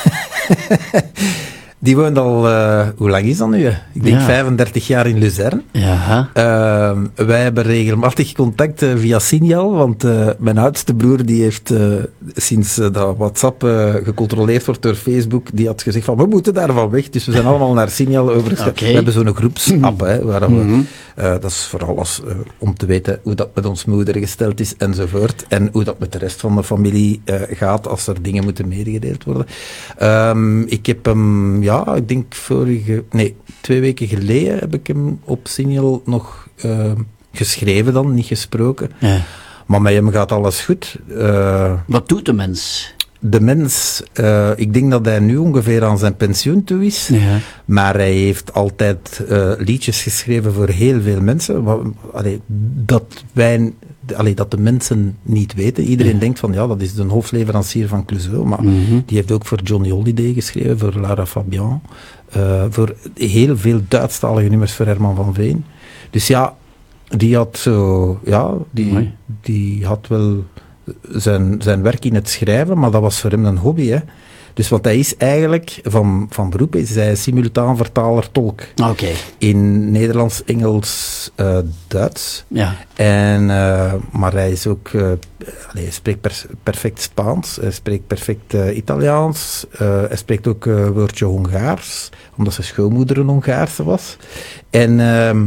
die woont al, uh, hoe lang is dat nu? Ik denk Ja. vijfendertig jaar in Luzern. Ja. Uh, wij hebben regelmatig contact uh, via Signal, want uh, mijn oudste broer die heeft uh, sinds uh, dat WhatsApp uh, gecontroleerd wordt door Facebook, die had gezegd van, we moeten daarvan weg. Dus we zijn allemaal naar Signal overgeschakeld. Okay. We hebben zo'n groepsapp, hè, waar we, Mm-hmm. uh, dat is vooral als, uh, om te weten hoe dat met ons moeder gesteld is enzovoort. En hoe dat met de rest van de familie uh, gaat als er dingen moeten medegedeeld worden. Um, ik heb hem, ja, ik denk vorige, nee, twee weken geleden heb ik hem op Signal nog uh, geschreven dan, niet gesproken. Ja. Maar met hem gaat alles goed. Uh, Wat doet de mens? De mens, uh, ik denk dat hij nu ongeveer aan zijn pensioen toe is, Ja. maar hij heeft altijd uh, liedjes geschreven voor heel veel mensen, wat, allee, dat wij, allee, dat de mensen niet weten. Iedereen Ja. denkt van, ja, dat is de hoofdleverancier van Clouseau, maar Mm-hmm. die heeft ook voor Johnny Hallyday geschreven, voor Lara Fabian, uh, voor heel veel Duitsstalige nummers voor Herman van Veen. Dus ja, die had zo, ja, die, Mooi. die had wel zijn, zijn werk in het schrijven, maar dat was voor hem een hobby, hè. Dus wat hij is eigenlijk, van, van beroep is hij simultaan vertaler-tolk. Oké. Okay. In Nederlands, Engels, uh, Duits. Ja. En, uh, maar hij is ook, uh, allez, hij spreekt per, perfect Spaans, hij spreekt perfect uh, Italiaans, uh, hij spreekt ook een uh, woordje Hongaars, omdat zijn schoonmoeder een Hongaarse was. En uh,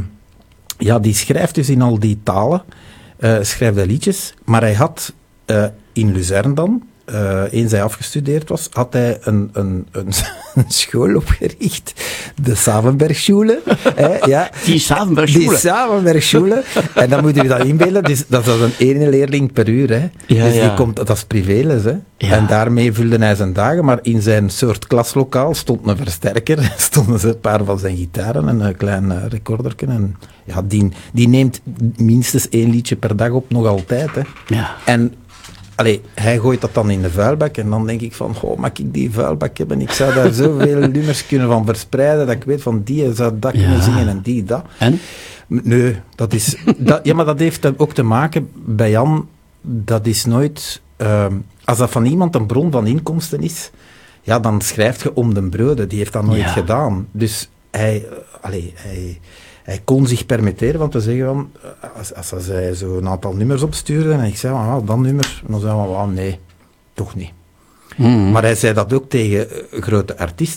ja, die schrijft dus in al die talen, uh, schrijft hij liedjes, maar hij had uh, in Luzern dan, Uh, eens hij afgestudeerd was, had hij een, een, een, een school opgericht. De Savenbergschule. hè, ja. Die Savenbergschule. Die Savenbergschule. En dan moet je dat inbeelden. Dus, dat is een ene leerling per uur. Hè. Ja, dus die ja. komt, dat is privéles. Hè. Ja. En daarmee vulde hij zijn dagen. Maar in zijn soort klaslokaal stond een versterker. Stonden ze een paar van zijn gitaren en een klein uh, recorderke. En ja, die, die neemt minstens één liedje per dag op, nog altijd. Hè. Ja. En allee, hij gooit dat dan in de vuilbak en dan denk ik van, goh, mag ik die vuilbak hebben? Ik zou daar zoveel nummers kunnen van verspreiden dat ik weet van die zou dat Ja. kunnen zingen en die dat. En? Nee, dat is... Dat, ja, maar dat heeft ook te maken, bij Jan, dat is nooit... Um, als dat van iemand een bron van inkomsten is, ja, dan schrijft je om de broden. Die heeft dat nooit Ja. gedaan. Dus hij... Uh, allee, hij Hij kon zich permitteren van te zeggen van, als, als zij zo een aantal nummers opstuurde en ik zei van, ah, dat nummer, dan zei hij van, ah, nee, toch niet. Mm. Maar hij zei dat ook tegen uh, grote artiesten.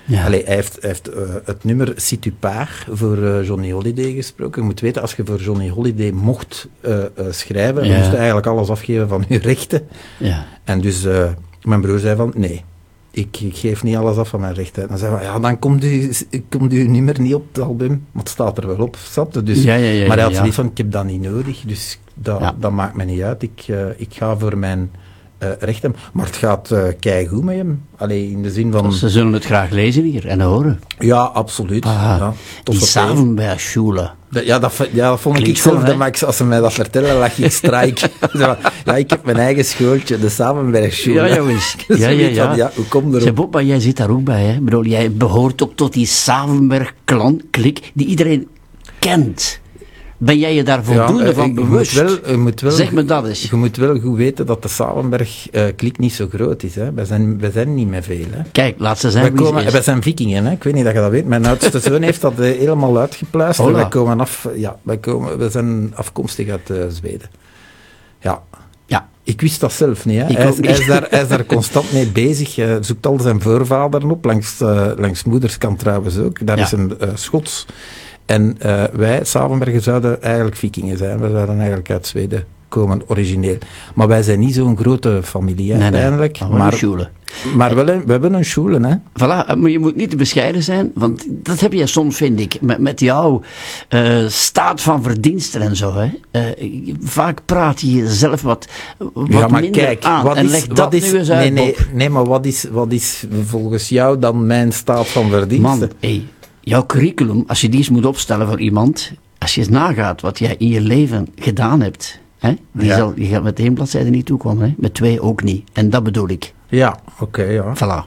Ja. Allee, hij heeft, hij heeft uh, het nummer Si tu pars voor uh, Johnny Holiday gesproken. Je moet weten, als je voor Johnny Holiday mocht uh, uh, schrijven, Ja. dan moest je eigenlijk alles afgeven van je rechten. Ja. En dus uh, mijn broer zei van, nee, ik, ik geef niet alles af van mijn rechten. En dan zei hij, ja, dan komt u, komt uw nummer niet op het album, maar het staat er wel op, snapte? Dus, Ja, ja, ja, maar hij had ja. zoiets van, ik heb dat niet nodig, dus dat, Ja. dat maakt me niet uit. Ik, uh, ik ga voor mijn uh, rechten. Maar het gaat uh, keigoed met hem. Allee, in de zin van... Ze zullen het graag lezen hier en horen. Ja, absoluut. Ah, ja, die Savenbergschule. Ja, dat, ja, dat vond Klinkt ik zelf, goed, dat hè? maak, als ze mij dat vertellen, lag ik strijk. Ja, ik heb mijn eigen schooltje, de Savenbergschule. Ja, jongens. Dus Ja, ja, zoiets ja. van, ja, hoe kom je erop? Zeg, Bob, maar jij zit daar ook bij, hè? Ik bedoel, jij behoort ook tot die Savenberg-klik die iedereen kent. Ben jij je daar voldoende Ja, van je bewust? Moet wel, je moet wel, Zeg me dat eens. Je moet wel goed weten dat de Savenberg-klik niet zo groot is. Hè. Wij, zijn, wij zijn niet met veel. Hè. Kijk, laat ze zijn wij, wie ze komen, is. wij zijn vikingen, hè. Ik weet niet dat je dat weet. Mijn oudste zoon heeft dat eh, helemaal uitgepluisterd. Hola. Wij komen af, ja, wij, komen, wij zijn afkomstig uit uh, Zweden. Ja. Ja. Ik wist dat zelf niet. Hè. Ik Hij, ook is, niet. hij, is daar, hij is daar constant mee bezig. Hij zoekt al zijn voorvaderen op, langs, uh, langs moederskant trouwens ook. Daar Ja. is een uh, Schots. En uh, wij, Savenbergen, zouden eigenlijk vikingen zijn. We zouden eigenlijk uit Zweden komen, origineel. Maar wij zijn niet zo'n grote familie, hè, Nee, nee. uiteindelijk. Maar wel een maar schule. maar wel een, we hebben een schule, hè. Voilà, maar je moet niet te bescheiden zijn, want dat heb je soms, vind ik, met, met jouw uh, staat van verdiensten en zo. Hè. Uh, vaak praat je jezelf wat, wat Ja, maar minder kijk, aan. wat en is, leg dat wat is, nu eens uit, nee, nee, Bob. nee, maar wat is, wat is volgens jou dan mijn staat van verdiensten? Man, hey, jouw curriculum, als je die eens moet opstellen voor iemand, als je eens nagaat wat jij in je leven gedaan hebt, hè, die Ja. zal, je gaat met één bladzijde niet toekomen, hè, met twee ook niet. En dat bedoel ik. Ja, oké, okay, ja. Voilà.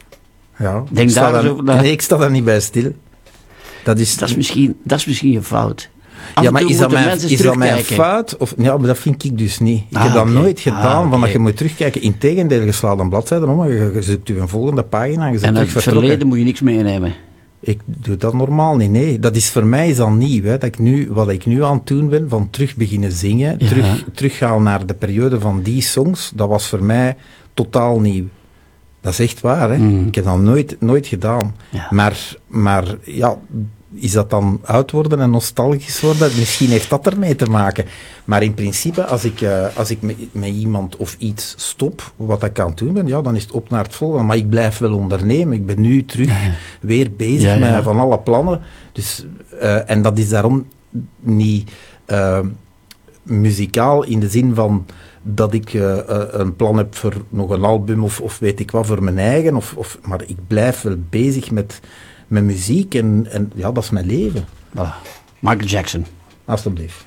ja. Denk Ik sta daar eens over na. Nee, ik sta daar niet bij stil. Dat is... Dat is misschien, dat is misschien een fout. Af Ja, en maar toe is dat, moeten mijn, mensen is dat mijn terugkijken. fout? Of, ja, maar dat vind ik dus niet. Ik Ah, heb dat oké. nooit gedaan, Ah, oké. want je moet terugkijken. Integendeel, je slaat een bladzijde om, maar je, je zoekt je een volgende pagina en je En bent uit terug het vertrokken. verleden moet je niks meenemen. Ik doe dat normaal niet, nee. Dat is voor mij is al nieuw, hè. Dat ik nu, wat ik nu aan het doen ben, van terug beginnen zingen, Ja. terug, teruggaan naar de periode van die songs, dat was voor mij totaal nieuw. Dat is echt waar, hè. Mm. Ik heb dat nooit, nooit gedaan. Ja. Maar, maar, ja, is dat dan oud worden en nostalgisch worden? Misschien heeft dat ermee te maken. Maar in principe, als ik, uh, als ik met, met iemand of iets stop, wat ik aan het doen ben, ja, dan is het op naar het volgende. Maar ik blijf wel ondernemen. Ik ben nu terug Ja, ja. weer bezig Ja, ja. met van alle plannen. Dus, uh, en dat is daarom niet uh, muzikaal in de zin van dat ik uh, uh, een plan heb voor nog een album of, of weet ik wat, voor mijn eigen. Of, of, maar ik blijf wel bezig met, met muziek en, en ja, dat is mijn leven. Voilà. Michael Jackson. Alsjeblieft.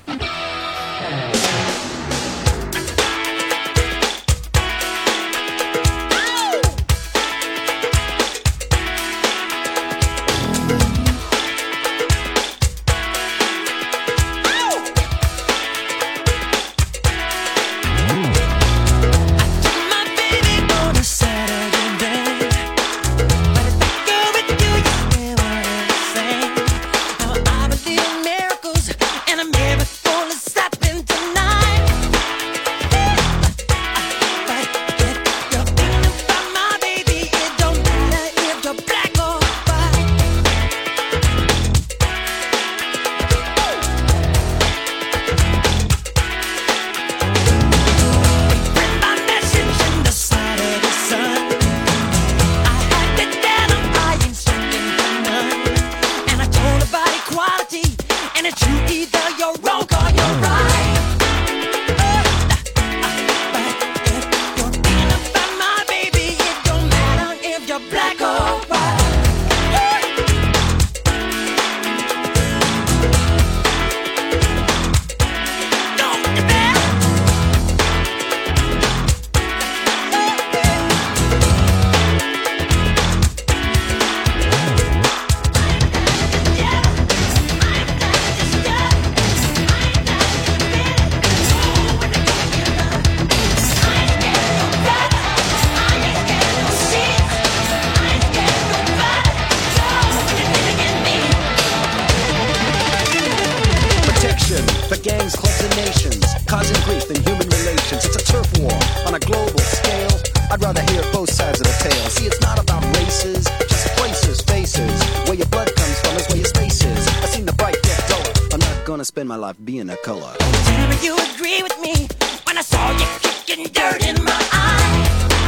I'd rather hear both sides of the tale. See, it's not about races, just places. places, faces. Where your blood comes from is where your space is. I seen the bright get duller. I'm not gonna spend my life being a color. Tell me you agree with me when I saw you kicking dirt in my eye.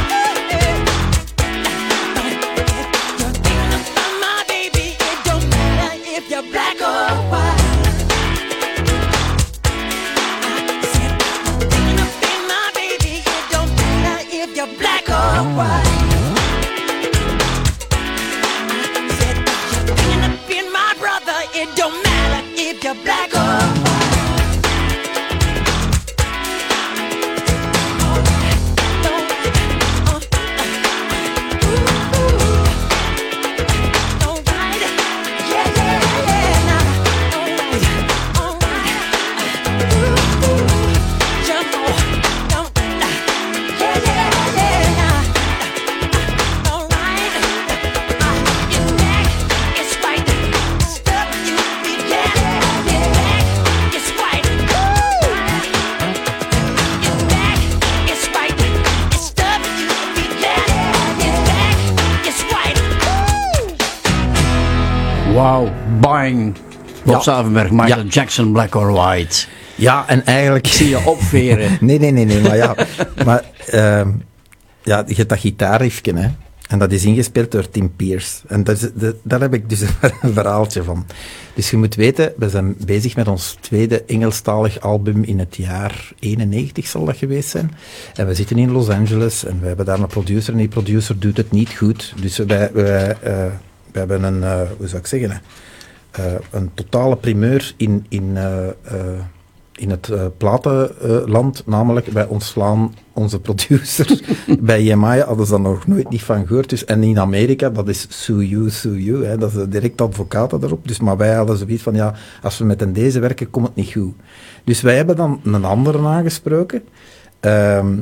You're thinking about my baby. It don't matter if you're black or white. I said you're thinking about my baby. It don't matter if you're black or white. I said you're thinking about my brother. It don't matter if you're black or white. Wauw, bang. Bob Ja. Savenberg, Michael Ja. Jackson, Black or White. Ja, en eigenlijk... Ik zie je opveren. nee, nee, nee, nee, maar ja. maar, uh, ja, je hebt dat gitaarriffje, hè. En dat is ingespeeld door Tim Pierce. En dat is, de, daar heb ik dus een verhaaltje van. Dus je moet weten, we zijn bezig met ons tweede Engelstalig album in het jaar eenennegentig zal dat geweest zijn. En we zitten in Los Angeles en we hebben daar een producer en die producer doet het niet goed. Dus wij, wij, uh, we hebben een, uh, hoe zou ik zeggen, uh, een totale primeur in, in, uh, uh, in het uh, platenland, uh, namelijk wij ontslaan onze producer. Bij E M I hadden ze daar nog nooit niet van gehoord. Dus, en in Amerika, dat is sue you, sue you, hè, dat is direct advocaten erop. Dus, maar wij hadden zoiets van, ja, als we met een deze werken, komt het niet goed. Dus wij hebben dan een andere aangesproken. Um,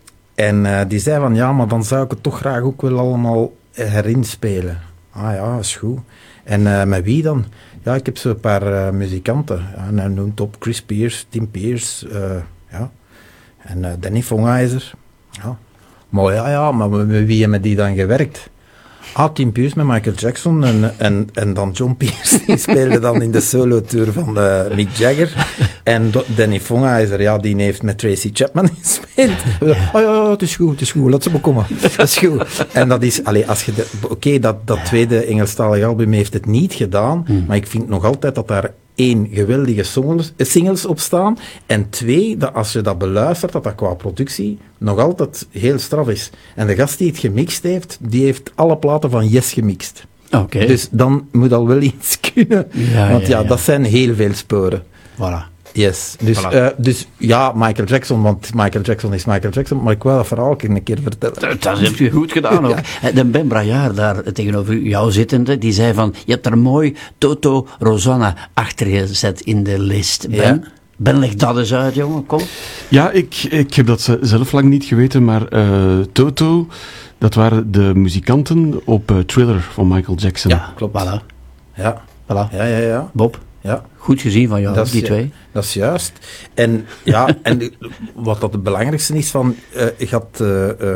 en uh, die zei van, ja, maar dan zou ik het toch graag ook wel allemaal herinspelen. Ah ja, is goed. En uh, met wie dan? Ja, ik heb zo'n paar uh, muzikanten. Ja, en hij noemt op Chris Pierce, Tim Pierce, uh, ja. En uh, Danny Vongijzer. Ja. Maar ja, ja, maar met wie hebben die dan gewerkt? Ah, Tim Pierce met Michael Jackson en, en, en dan John Pierce, die speelde dan in de solo-tour van uh, Mick Jagger. En Do- Danny Vongijzer, ja, die heeft met Tracy Chapman gespeeld. Oh ja, ja, het is goed, het is goed, laat ze maar komen. Dat is goed. En dat is, allee, als je, oké, okay, dat, dat tweede Engelstalige album heeft het niet gedaan, mm. maar ik vind nog altijd dat daar één, geweldige singles, singles op staan, en twee, dat als je dat beluistert, dat dat qua productie nog altijd heel straf is. En de gast die het gemixt heeft, die heeft alle platen van Yes gemixt. Okay. Dus dan moet al wel iets kunnen. Ja, want ja, ja, ja, dat zijn heel veel sporen. Voilà. Yes. Dus, Voilà. uh, dus ja, Michael Jackson, want Michael Jackson is Michael Jackson, maar ik wil dat verhaal een keer vertellen. Dat, dat heb je goed gedaan ook. Ja. De Ben Braillard daar tegenover jou zittende, die zei van, je hebt er mooi Toto Rosanna achter gezet in de list. Ben, ja. Ben, leg dat eens uit, jongen, kom. Ja, ik, ik heb dat zelf lang niet geweten, maar uh, Toto, dat waren de muzikanten op uh, Thriller van Michael Jackson. Ja, klopt. Voilà. Ja. Voilà. Ja, ja, ja. Bob. Ja. Goed gezien van jou, dat die is, twee. Dat is juist. En ja, en wat dat het belangrijkste is van, uh, je had uh, uh,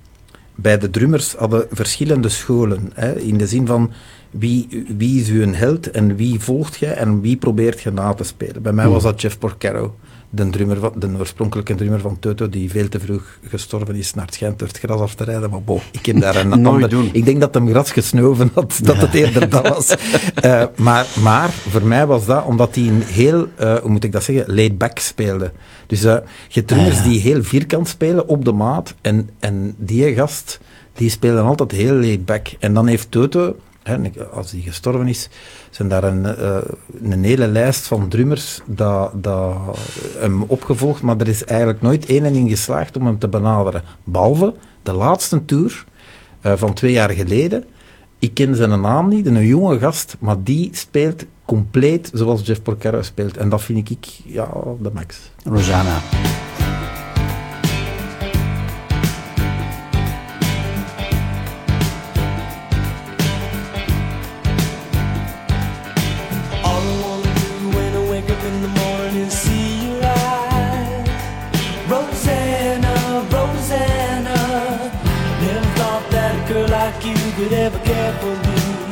bij de drummers hadden verschillende scholen, hè, in de zin van wie, wie is uw held en wie volgt je en wie probeert je na te spelen. Bij mij was dat Jeff Porcaro, de, drummer van, de oorspronkelijke drummer van Toto, die veel te vroeg gestorven is naar het schijnt door het gras af te rijden. Maar bon, ik heb daar een ander... doen. Ik denk dat hem gras gesnoven had, dat het eerder dat was. Uh, maar, maar voor mij was dat omdat hij een heel, uh, hoe moet ik dat zeggen, laid back speelde. Dus uh, je hebt drummers ah, ja. die heel vierkant spelen op de maat en, en die gast, die speelde altijd heel laid back. En dan heeft Toto... He, als hij gestorven is, zijn daar een, uh, een hele lijst van drummers dat, dat hem opgevolgd, maar er is eigenlijk nooit één in geslaagd om hem te benaderen. Behalve de laatste tour uh, van twee jaar geleden. Ik ken zijn naam niet, een jonge gast, maar die speelt compleet zoals Jeff Porcaro speelt. En dat vind ik, ja, de max. Rosanna. Could ever care for me.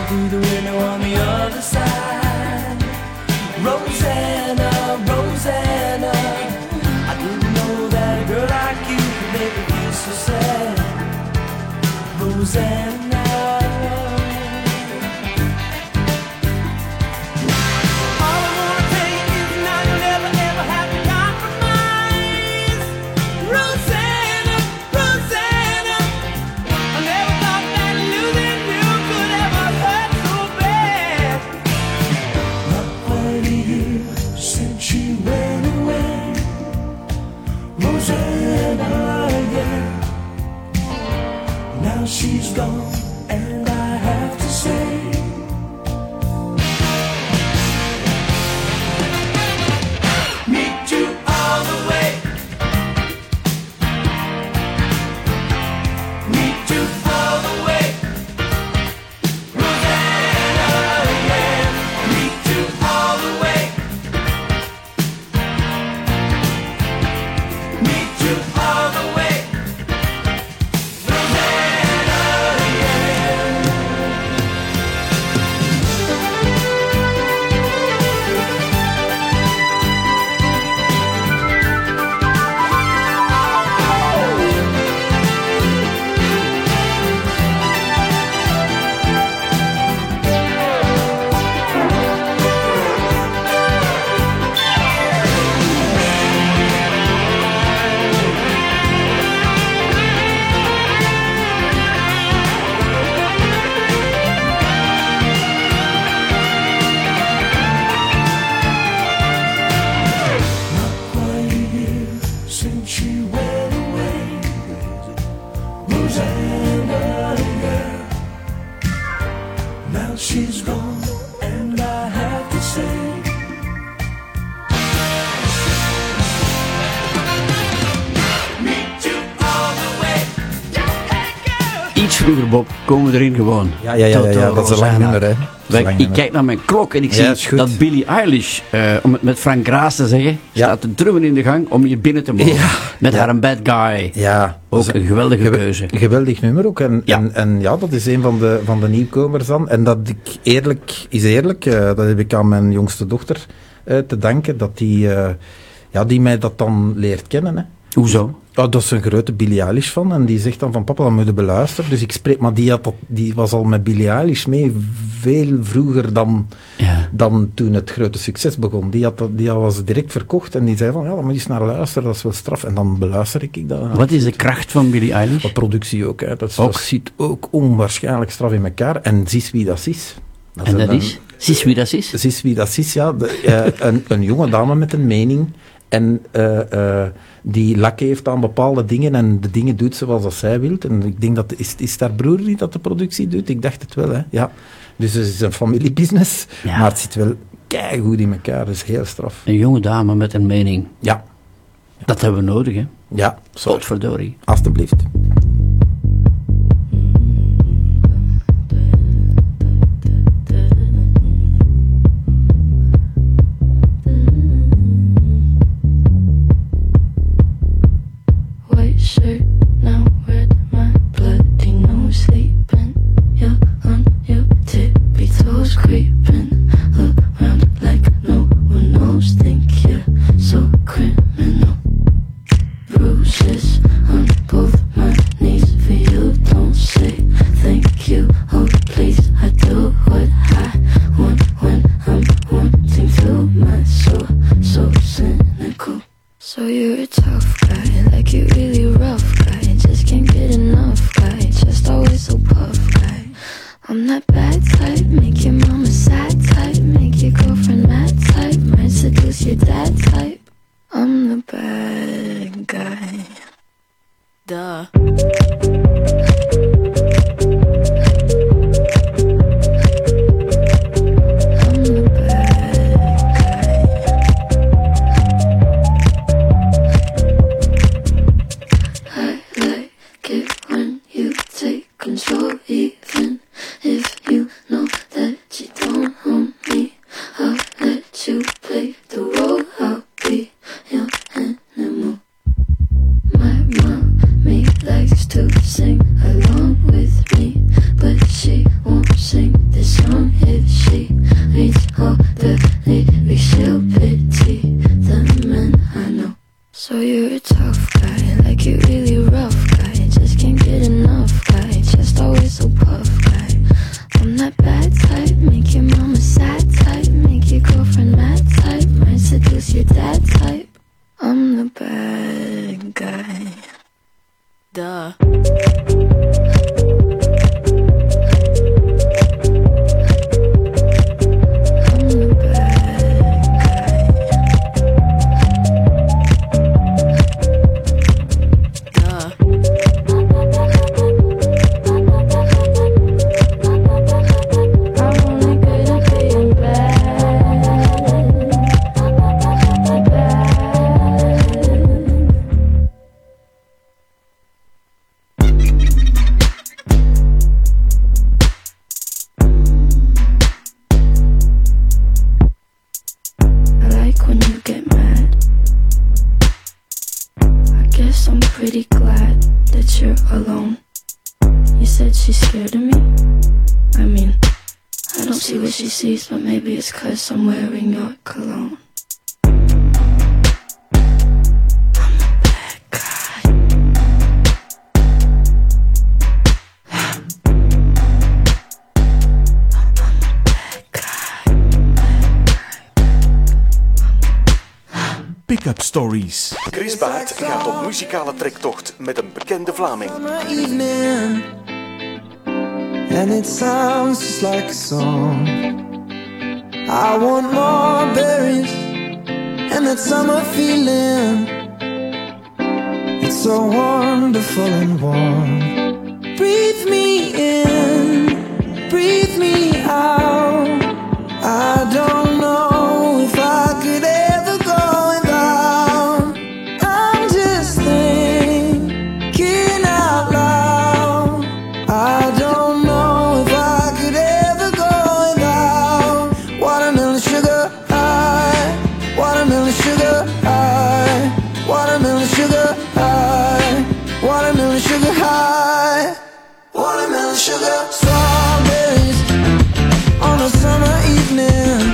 through the window on the other side. Rosanna, Rosanna, I didn't know that a girl like you could make me feel so sad. Rosanna. She's gone, and I have to say, meet you all the way, meet you all the way, Rosanna, yeah, meet you all the way, meet you all the way. She's gone, and I have to say, meet you all the way. Iets vroeger, Bob, komen we erin gewoon. Ja, ja, ja, ja, ja, dat is een lang nummer, hè. Wij, lang ik nummer. kijk naar mijn klok en ik Ja, zie is goed. dat Billie Eilish, uh, om het met Frank Graas te zeggen, Ja. staat te drummen in de gang om hier binnen te mogen. Ja. Met Ja. haar een bad guy. Ja. Ook dat is een geweldige gewe- keuze. Geweldig nummer ook. En ja. En, en ja, dat is een van de, van de nieuwkomers dan. En dat ik eerlijk, is eerlijk, uh, dat heb ik aan mijn jongste dochter uh, te danken, dat die, uh, ja, die mij dat dan leert kennen. Hè. Hoezo? Oh, dat is een grote Billie Eilish fan en die zegt dan van papa, dat moet je beluisteren. Dus ik spreek, maar die, had dat, die was al met Billie Eilish mee veel vroeger dan, ja. dan toen het grote succes begon. Die, had dat, die was direct verkocht en die zei van ja, dan moet je eens naar luisteren, dat is wel straf. En dan beluister ik dat. Wat is de kracht van Billie Eilish? Wat productie ook, hè. Dat, Ook. dat zit ook onwaarschijnlijk straf in elkaar. En zie wie dat is. Dat En is dat een- is? Zie wie dat is? Zie wie dat is, ja. De, uh, een, een jonge dame met een mening. En uh, uh, die lak heeft aan bepaalde dingen en de dingen doet zoals dat zij wil. En ik denk dat, is, is haar broer die dat de productie doet? Ik dacht het wel, hè. Ja. Dus het is een familiebusiness, Ja. maar het zit wel keigoed in elkaar. Dat is heel straf. Een jonge dame met een mening. Ja. Dat hebben we nodig, hè? Ja, sorry. Godverdorie. Alsjeblieft. White shirt, now red, my bloody nose sleeping. You're on your tippy toes, creeping around like no one knows. Think you're so criminal. Bruises on both my knees for you. Don't say thank you. Oh please, I do what I want when I'm wanting to. My soul so cynical. So you're a tough guy, like you really rough guy. Just can't get enough guy, just always so puff guy. I'm that bad type, make your mama sad type, make your girlfriend mad type, might seduce your dad type. I'm the bad guy. Duh. Control, even if you know that you don't own me. I'll let you play the role. I'll be pretty glad that you're alone. You said she's scared of me? I mean, I don't see what she sees, but maybe it's 'cause I'm wearing your cologne. Pick-up Stories. Chris Baert gaat op muzikale trektocht met een bekende Vlaming. Evening, and it sounds just like a song. I want more berries and that summer feeling. It's so wonderful and warm. Breathe me in, breathe me out. I don't know if I could ever go without. I'm just thinking out loud. I don't know if I could ever go without. Watermelon sugar high, watermelon sugar high, watermelon sugar high, watermelon sugar high, watermelon sugar. Strawberries on a summer evening.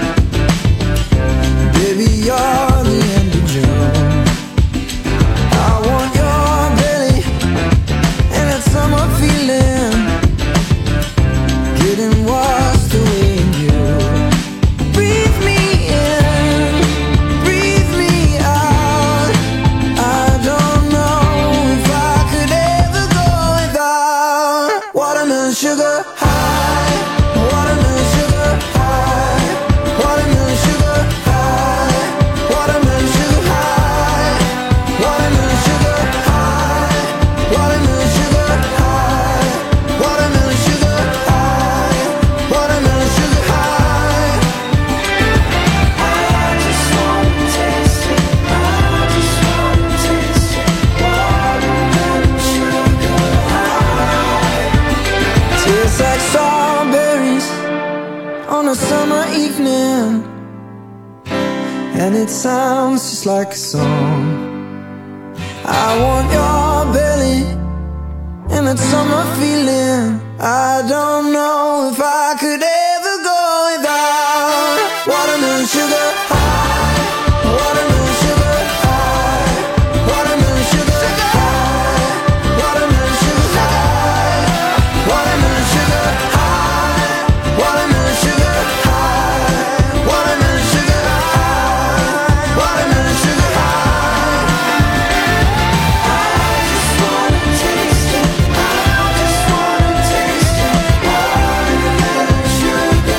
Baby, you're the end of June. I want your belly and that summer feeling. Getting washed away in you. Breathe me in, breathe me out. I don't know if I could ever go without. Watermelon sugar high, watermelon sugar high, watermelon sugar high, watermelon sugar high, watermelon sugar high, watermelon sugar high, watermelon sugar high, watermelon sugar high. I just wanna taste it, I just wanna taste it, watermelon sugar high. Tastes like strawberries on a summer evening, and it sounds just like a song. I want your belly and that summer feeling. I don't know if I could ever go without. Watermelon sugar high, watermelon sugar high, watermelon sugar high, watermelon sugar high, watermelon sugar high, watermelon sugar high, watermelon sugar high, watermelon sugar high. I just wanna taste it, I just wanna taste it, watermelon sugar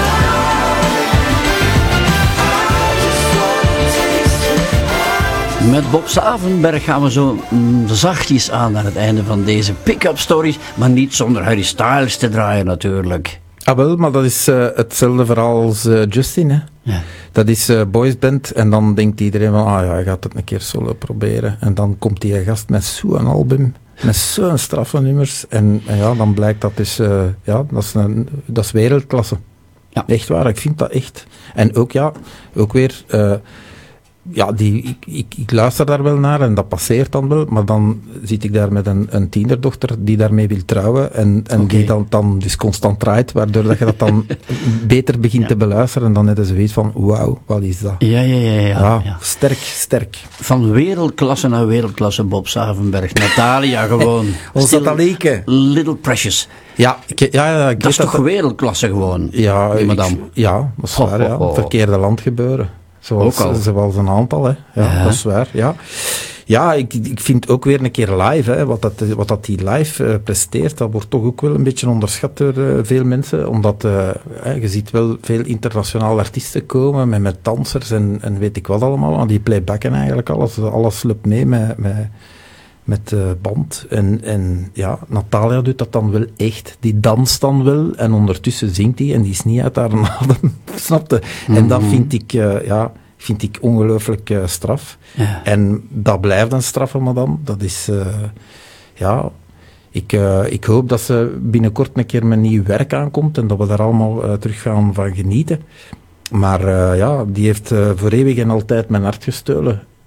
high. Met Bob Savenberg gaan we zo mm, zachtjes aan naar het einde van deze pick-up stories, maar niet zonder Harry Styles te draaien natuurlijk. Ah wel, maar dat is uh, hetzelfde verhaal als uh, Justin, hè. Ja. Dat is uh, boysband en dan denkt iedereen van, ah ja, hij gaat het een keer solo proberen. En dan komt die gast met zo'n album, met zo'n straffe nummers. En, en ja, dan blijkt dat dus, uh, ja, dat is, een, dat is wereldklasse. Ja. Echt waar, ik vind dat echt. En ook, ja, ook weer... Uh, ja, die, ik, ik, ik luister daar wel naar en dat passeert dan wel, maar dan zit ik daar met een, een tienerdochter die daarmee wil trouwen en, en Okay. die dan, dan dus constant draait, waardoor dat je dat dan beter begint Ja. te beluisteren en dan net zoiets van, wauw, wat is dat? Ja, ja, ja, ja, Ja, ja. sterk, sterk. Van wereldklasse naar wereldklasse, Bob Savenberg. Natalia gewoon. Ons Still Natalieke. Little Precious. Ja, ik, ja, ja, ik Dat is weet toch wereldklasse gewoon? Ja, die ik- madame. ja, dat is Ho, waar, ja. ho, ho. Verkeerde land gebeuren. Zoals, Ook al. zoals een aantal, hè. Ja, Ja. dat is waar, ja. Ja, ik, ik vind ook weer een keer live, hè, wat, dat, wat dat die live uh, presteert, dat wordt toch ook wel een beetje onderschat door uh, veel mensen, omdat uh, hè, je ziet wel veel internationale artiesten komen, met, met dansers en, en weet ik wat allemaal, want die playbacken eigenlijk alles, alles loopt mee met... met met uh, band. En, en ja, Natalia doet dat dan wel echt. Die danst dan wel en ondertussen zingt die en die is niet uit haar adem. Snapte? Mm-hmm. En dat vind ik, uh, ja, vind ik ongelooflijk uh, straf. Ja. En dat blijft een straffe madame. Dat is, uh, ja... Ik, uh, ik hoop dat ze binnenkort een keer met nieuw werk aankomt en dat we daar allemaal uh, terug gaan van genieten. Maar uh, ja, die heeft uh, voor eeuwig en altijd mijn hart gestolen.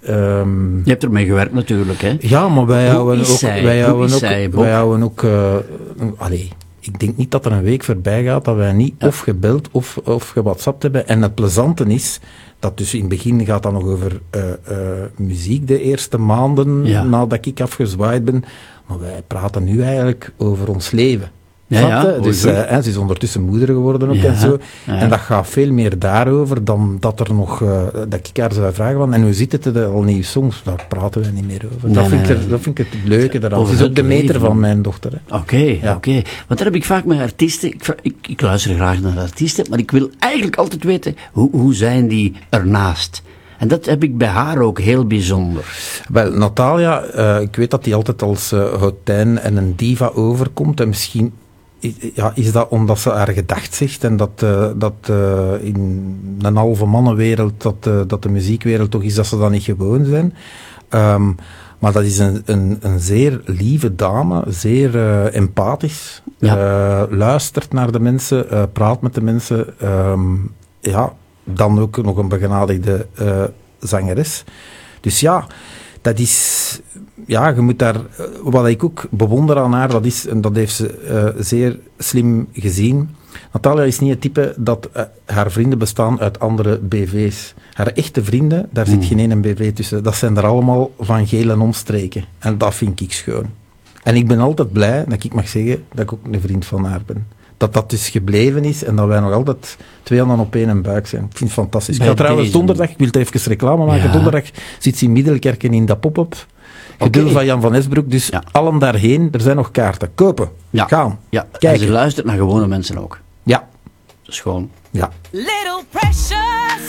Um, Je hebt ermee gewerkt natuurlijk, hè? Ja, maar wij Hoe houden is ook... zij? Wij Hoe houden is ook, zij, Bob? wij houden ook uh, allee, ik denk niet dat er een week voorbij gaat dat wij niet ja. of gebeld of, of gewhatsappt hebben. En het plezante is, dat dus in het begin gaat dat nog over uh, uh, muziek de eerste maanden ja. nadat ik afgezwaaid ben. Maar wij praten nu eigenlijk over ons leven. Ja, ja, dus uh, hè, ze is ondertussen moeder geworden ook ja, en zo. Ja. En dat gaat veel meer daarover dan dat er nog, uh, dat ik haar zou vragen van, en hoe zit het er al nieuwe songs? Daar praten we niet meer over. Nee, dat, vind nee, ik er, dat vind ik het leuke eraan. Het is ook de meter leven. Van mijn dochter. Oké, okay, ja. oké. Okay. Want daar heb ik vaak met artiesten, ik, ik, ik luister graag naar artiesten, maar ik wil eigenlijk altijd weten, hoe, hoe zijn die ernaast? En dat heb ik bij haar ook heel bijzonder. Wel, Natalia, uh, ik weet dat die altijd als uh, Houtijn en een diva overkomt. En misschien ja, is dat omdat ze haar gedacht zegt en dat, uh, dat uh, in een halve mannenwereld, dat, uh, dat de muziekwereld toch is dat ze dat niet gewoon zijn. Um, maar dat is een, een, een zeer lieve dame, zeer uh, empathisch, ja. uh, luistert naar de mensen, uh, praat met de mensen. Um, ja, dan ook nog een begenadigde uh, zangeres. Dus ja, dat is... Ja, je moet daar... Wat ik ook bewonder aan haar, dat is, en dat heeft ze uh, zeer slim gezien. Natalia is niet het type dat uh, haar vrienden bestaan uit andere B V's. Haar echte vrienden, daar mm. zit geen ene B V tussen. Dat zijn er allemaal van geel en omstreken. En dat vind ik schoon. En ik ben altijd blij dat ik mag zeggen dat ik ook een vriend van haar ben. Dat dat dus gebleven is en dat wij nog altijd twee handen op één buik zijn. Ik vind het fantastisch. Bij ik ga trouwens deze... donderdag, ik wil het even reclame maken, ja. donderdag zit ze in Middelkerken in dat pop-up. Geduld okay. van Jan van Esbroek, dus ja. allen daarheen, er zijn nog kaarten. Kopen, ja. gaan, ja. kijken. En ze luistert naar gewone mensen ook. Ja. Dat is gewoon... Ja. Little precious.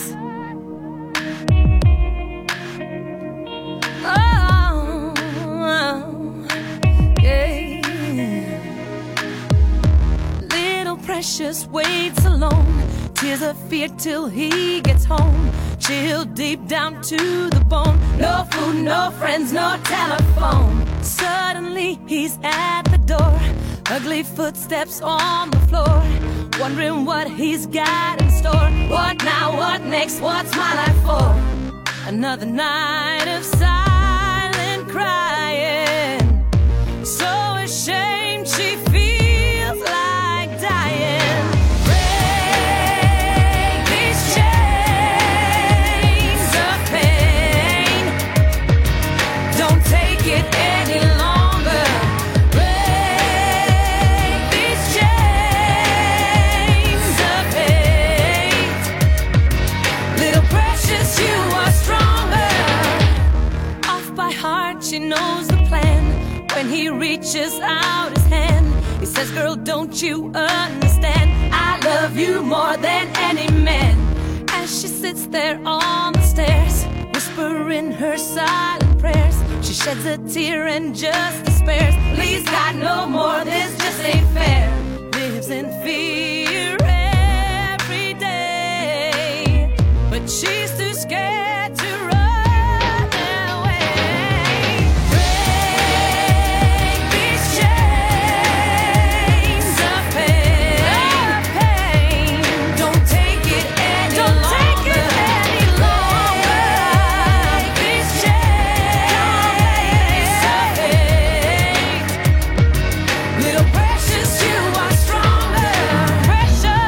Oh, yeah. Little precious waits alone. Tears of fear till he gets home. Chilled deep down to the bone. No food, no friends, no telephone. Suddenly he's at the door. Ugly footsteps on the floor. Wondering what he's got in store. What now, what next, what's my life for? Another night of silent crying. So ashamed she feels like dying. She knows the plan. When he reaches out his hand, he says, girl, don't you understand? I love you more than any man. As she sits there on the stairs, whispering her silent prayers, she sheds a tear and just despairs. Please God, no more, this just ain't fair. Lives in fear every day, but she's too scared to run. Precious, you are stronger. Precious.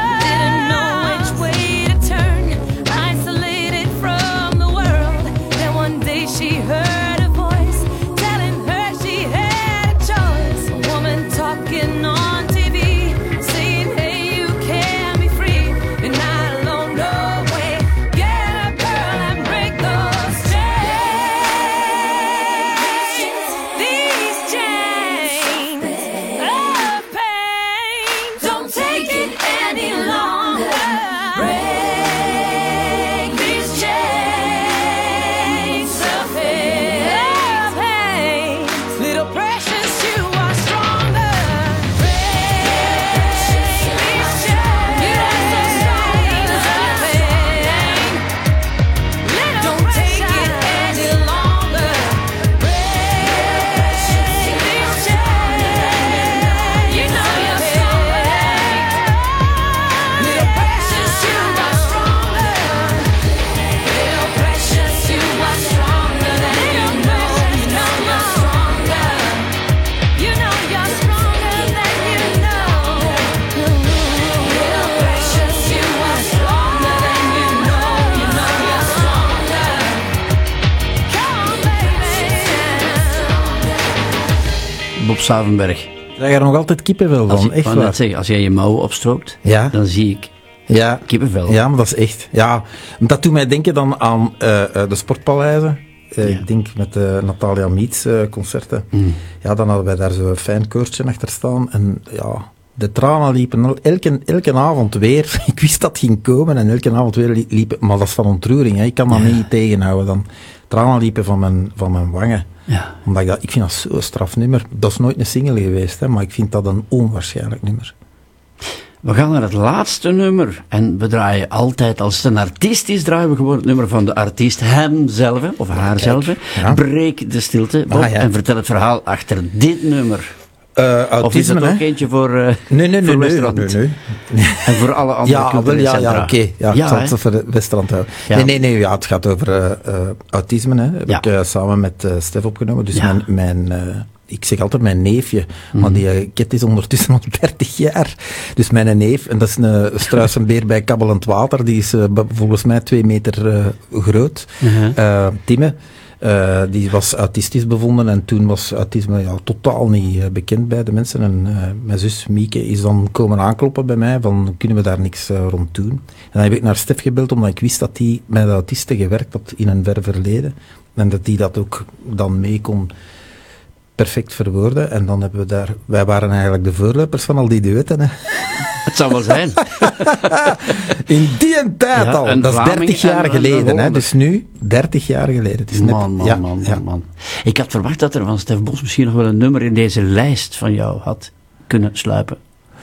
Bob Savenberg. Ik krijg er nog altijd kippenvel Als, van, ik echt wou waar. net zeggen, als jij je mouwen opstroopt, Ja. dan zie ik Ja. kippenvel. Ja, maar dat is echt. Ja, dat doet mij denken dan aan uh, uh, de sportpaleizen. Uh, Ja. Ik denk met de Natalia Miets uh, concerten. Mm. Ja, dan hadden wij daar zo'n fijn koortje achter staan. En ja, de tranen liepen al elke, elke avond weer. Ik wist dat ging komen en elke avond weer li- liepen. Maar dat is van ontroering. Hè. Ik kan dat Ja. niet tegenhouden. Dan. Tranen liepen van mijn, van mijn wangen. Ja. Omdat ik, dat, ik vind dat zo'n straf nummer. Dat is nooit een single geweest, hè, maar ik vind dat een onwaarschijnlijk nummer. We gaan naar het laatste nummer. En we draaien altijd, als het een artiest is, draaien we gewoon het nummer van de artiest hemzelf, of haarzelf. Ja. Breek de stilte, Bob, Ah, ja. en vertel het verhaal achter dit nummer. Uh, Of is het autisme, ook hè? eentje voor, uh, Nee, nee, voor nee, nee, Westerland? nee, nee. En voor alle andere Ja, wel, culturele ja, centra? ja, oké. Okay. Ja, Ja, ik zal hè? het voor de Westerland houden. Ja. Nee, nee, nee, ja, het gaat over uh, uh, autisme. Hè. Heb Ja. ik uh, samen met uh, Stef opgenomen. Dus Ja. mijn, mijn uh, ik zeg altijd mijn neefje, Mhm. maar die uh, Ket is ondertussen al dertig jaar. Dus mijn neef, en dat is een struisenbeer bij kabbelend water, die is uh, volgens mij twee meter uh, groot. Mhm. Uh, Timme. Uh, die was autistisch bevonden en toen was autisme ja, totaal niet uh, bekend bij de mensen. En uh, mijn zus Mieke is dan komen aankloppen bij mij van kunnen we daar niks uh, rond doen. En dan heb ik naar Stef gebeld omdat ik wist dat hij met autisten gewerkt had in een ver verleden. En dat hij dat ook dan mee kon perfect verwoorden. En dan hebben we daar, wij waren eigenlijk de voorlopers van al die duetten. Hè. Het zou wel zijn. In die een tijd Ja, al. een Dat is Vlaming dertig en jaar een geleden. Hè. Hollander. Dus nu, dertig jaar geleden. Het is net- Man, man, ja, man, ja. man, man. Ik had verwacht dat er van Stef Bos misschien nog wel een nummer in deze lijst van jou had kunnen sluipen.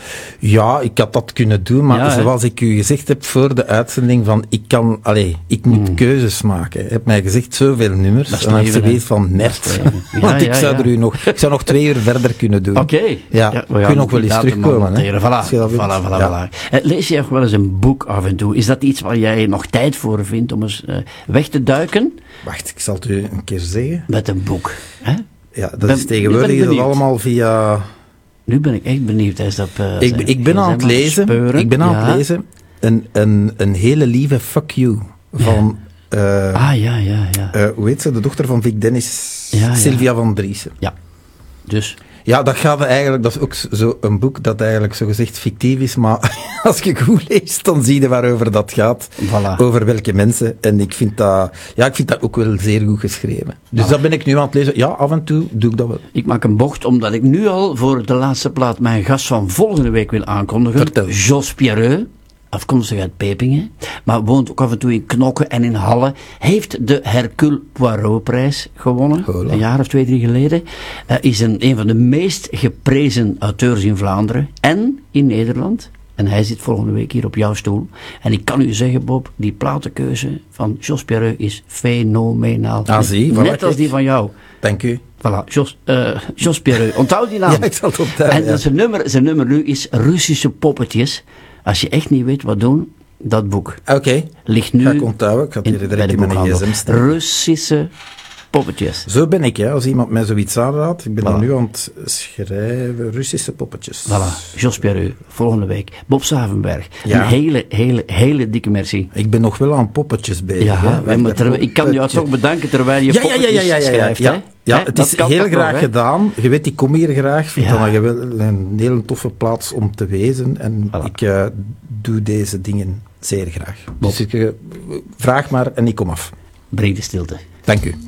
Ja, ik had dat kunnen doen, maar Ja, hè? zoals ik u gezegd heb voor de uitzending van, ik kan, allee, ik moet Mm. keuzes maken. Je hebt mij gezegd zoveel nummers, Dat is en dan heb je leven, zoiets hè. van Dat is net. leven. Ja, Want ik ja, zou ja. er u nog, ik zou nog twee uur verder kunnen doen. Oké. Ja, we kun je gaan nog wel die eens datum terugkomen. Hè? noteren. Als je Voilà, dat wilt. voilà, voilà, Ja. voilà. Eh, Lees je nog wel eens een boek af en toe? Is dat iets waar jij nog tijd voor vindt om eens eh, weg te duiken Wacht, ik zal het u een keer zeggen. met een boek? Hè? Ja, dat Ben- is nu tegenwoordig ben ik is dat benieuwd. allemaal via... Nu ben ik echt benieuwd. Is dat, eh, Ik, zijn- ik ben aan zijn het we lezen, speuren? ik ben aan Ja. het lezen een, een, een hele lieve fuck you van... eh, Ah, ja, ja, ja. eh, hoe heet ze? De dochter van Vic Dennis, Ja, ja. Sylvia van Driessen. Ja. Dus... Ja, dat gaat eigenlijk, dat is ook zo een boek dat eigenlijk zogezegd fictief is, maar als je goed leest, dan zie je waarover dat gaat. Voilà. Over welke mensen. En ik vind dat, ja, ik vind dat ook wel zeer goed geschreven. Dus Voilà. dat ben ik nu aan het lezen. Ja, af en toe doe ik dat wel. Ik maak een bocht, omdat ik nu al voor de laatste plaat mijn gast van volgende week wil aankondigen. Vertel. Jos Pierreux, afkomstig uit Pepingen, maar woont ook af en toe in Knokke en in Halle. Heeft de Hercule Poirot-prijs gewonnen, Hola. een jaar of twee, drie geleden. Uh, is een, een van de meest geprezen auteurs in Vlaanderen en in Nederland. En hij zit volgende week hier op jouw stoel. En ik kan u zeggen, Bob, die platenkeuze van Jos Pierreux is fenomenaal. Ah, zie, voilà, Net als kijk. die van jou. Dank u. Voilà, Jos, uh, Jos Pierreux. Onthoud die naam. Ja, ik zal het onthouden, En ja. dat zijn, nummer, zijn nummer nu is Russische poppetjes. Als je echt niet weet wat doen, dat boek. Oké. Ligt nu Ga ik onthouden. Ik ga het in- hier bij direct de in mijn boekhandel. gsm staan. Russische poppetjes. Zo ben ik, hè, als iemand mij zoiets aanraadt. Ik ben Voilà. er nu aan het schrijven. Russische poppetjes. Voilà, Jos Pierreux, volgende week. Bob Savenberg. Ja. Een hele, hele, hele dikke merci. Ik ben nog wel aan poppetjes bezig. Ja, hè. wij moeten er- ik kan jou Poppetje. toch bedanken terwijl je ja, ja, ja, poppetjes ja, ja, ja, ja, schrijft. ja. hè? Ja, Hè, het dat is kan heel toch nog, graag hè? gedaan. Je weet, ik kom hier graag. Ik vind Ja. dat je wel een hele toffe plaats om te wezen. En ik eh, doe deze dingen zeer graag. Dus ik, eh, vraag maar en ik kom af. Breek de stilte. Dank u.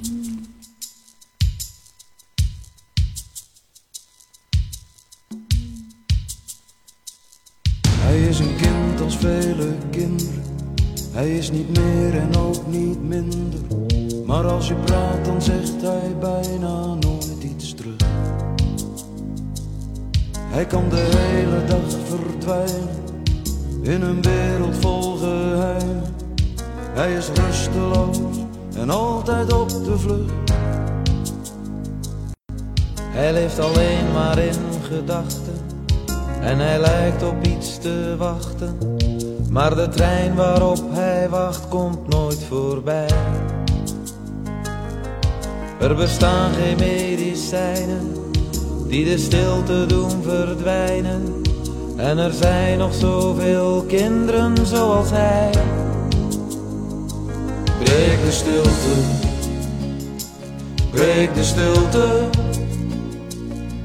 Hij is een kind als vele kinderen. Hij is niet meer en ook niet minder. Maar als je praat dan zegt hij bijna nooit iets terug. Hij kan de hele dag verdwijnen in een wereld vol geheimen. Hij is rusteloos en altijd op de vlucht. Hij leeft alleen maar in gedachten en hij lijkt op iets te wachten. Maar de trein waarop hij wacht komt nooit voorbij. Er bestaan geen medicijnen die de stilte doen verdwijnen. En er zijn nog zoveel kinderen zoals hij. Breek de stilte, breek de stilte.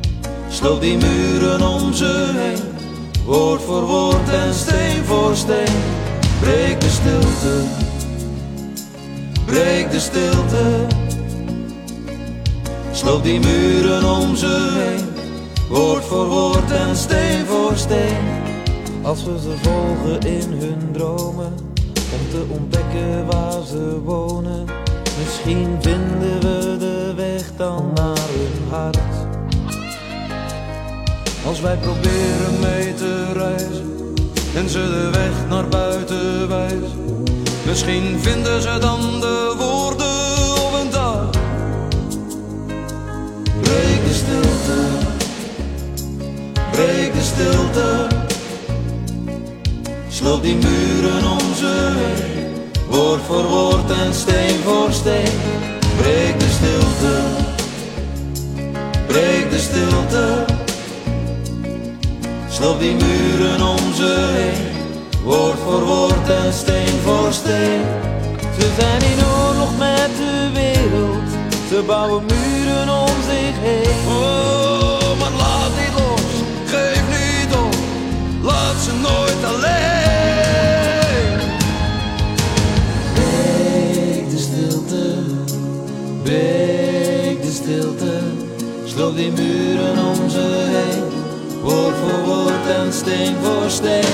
Sloop die muren om ze heen, woord voor woord en steen voor steen. Breek de stilte, breek de stilte. Sloop die muren om ze heen, woord voor woord en steen voor steen. Als we ze volgen in hun dromen, om te ontdekken waar ze wonen, misschien vinden we de weg dan naar hun hart. Als wij proberen mee te reizen en ze de weg naar buiten wijzen, misschien vinden ze dan de woorden op een dag. Breek de stilte, breek de stilte. Sloop die muren om ze heen, woord voor woord en steen voor steen. Breek de stilte, breek de stilte. Sloop die muren om ze heen, woord voor woord en steen voor steen. Ze zijn in oorlog met de wereld, ze bouwen muren om zich heen. Oh, maar laat niet los, geef niet op, laat ze nooit alleen. Breek de stilte, breek de stilte. Sloop die muren om ze heen, woord voor woord en steen voor steen.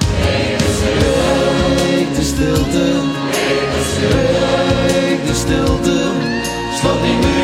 Breek de stilte, breek de stilte. Sloop die muren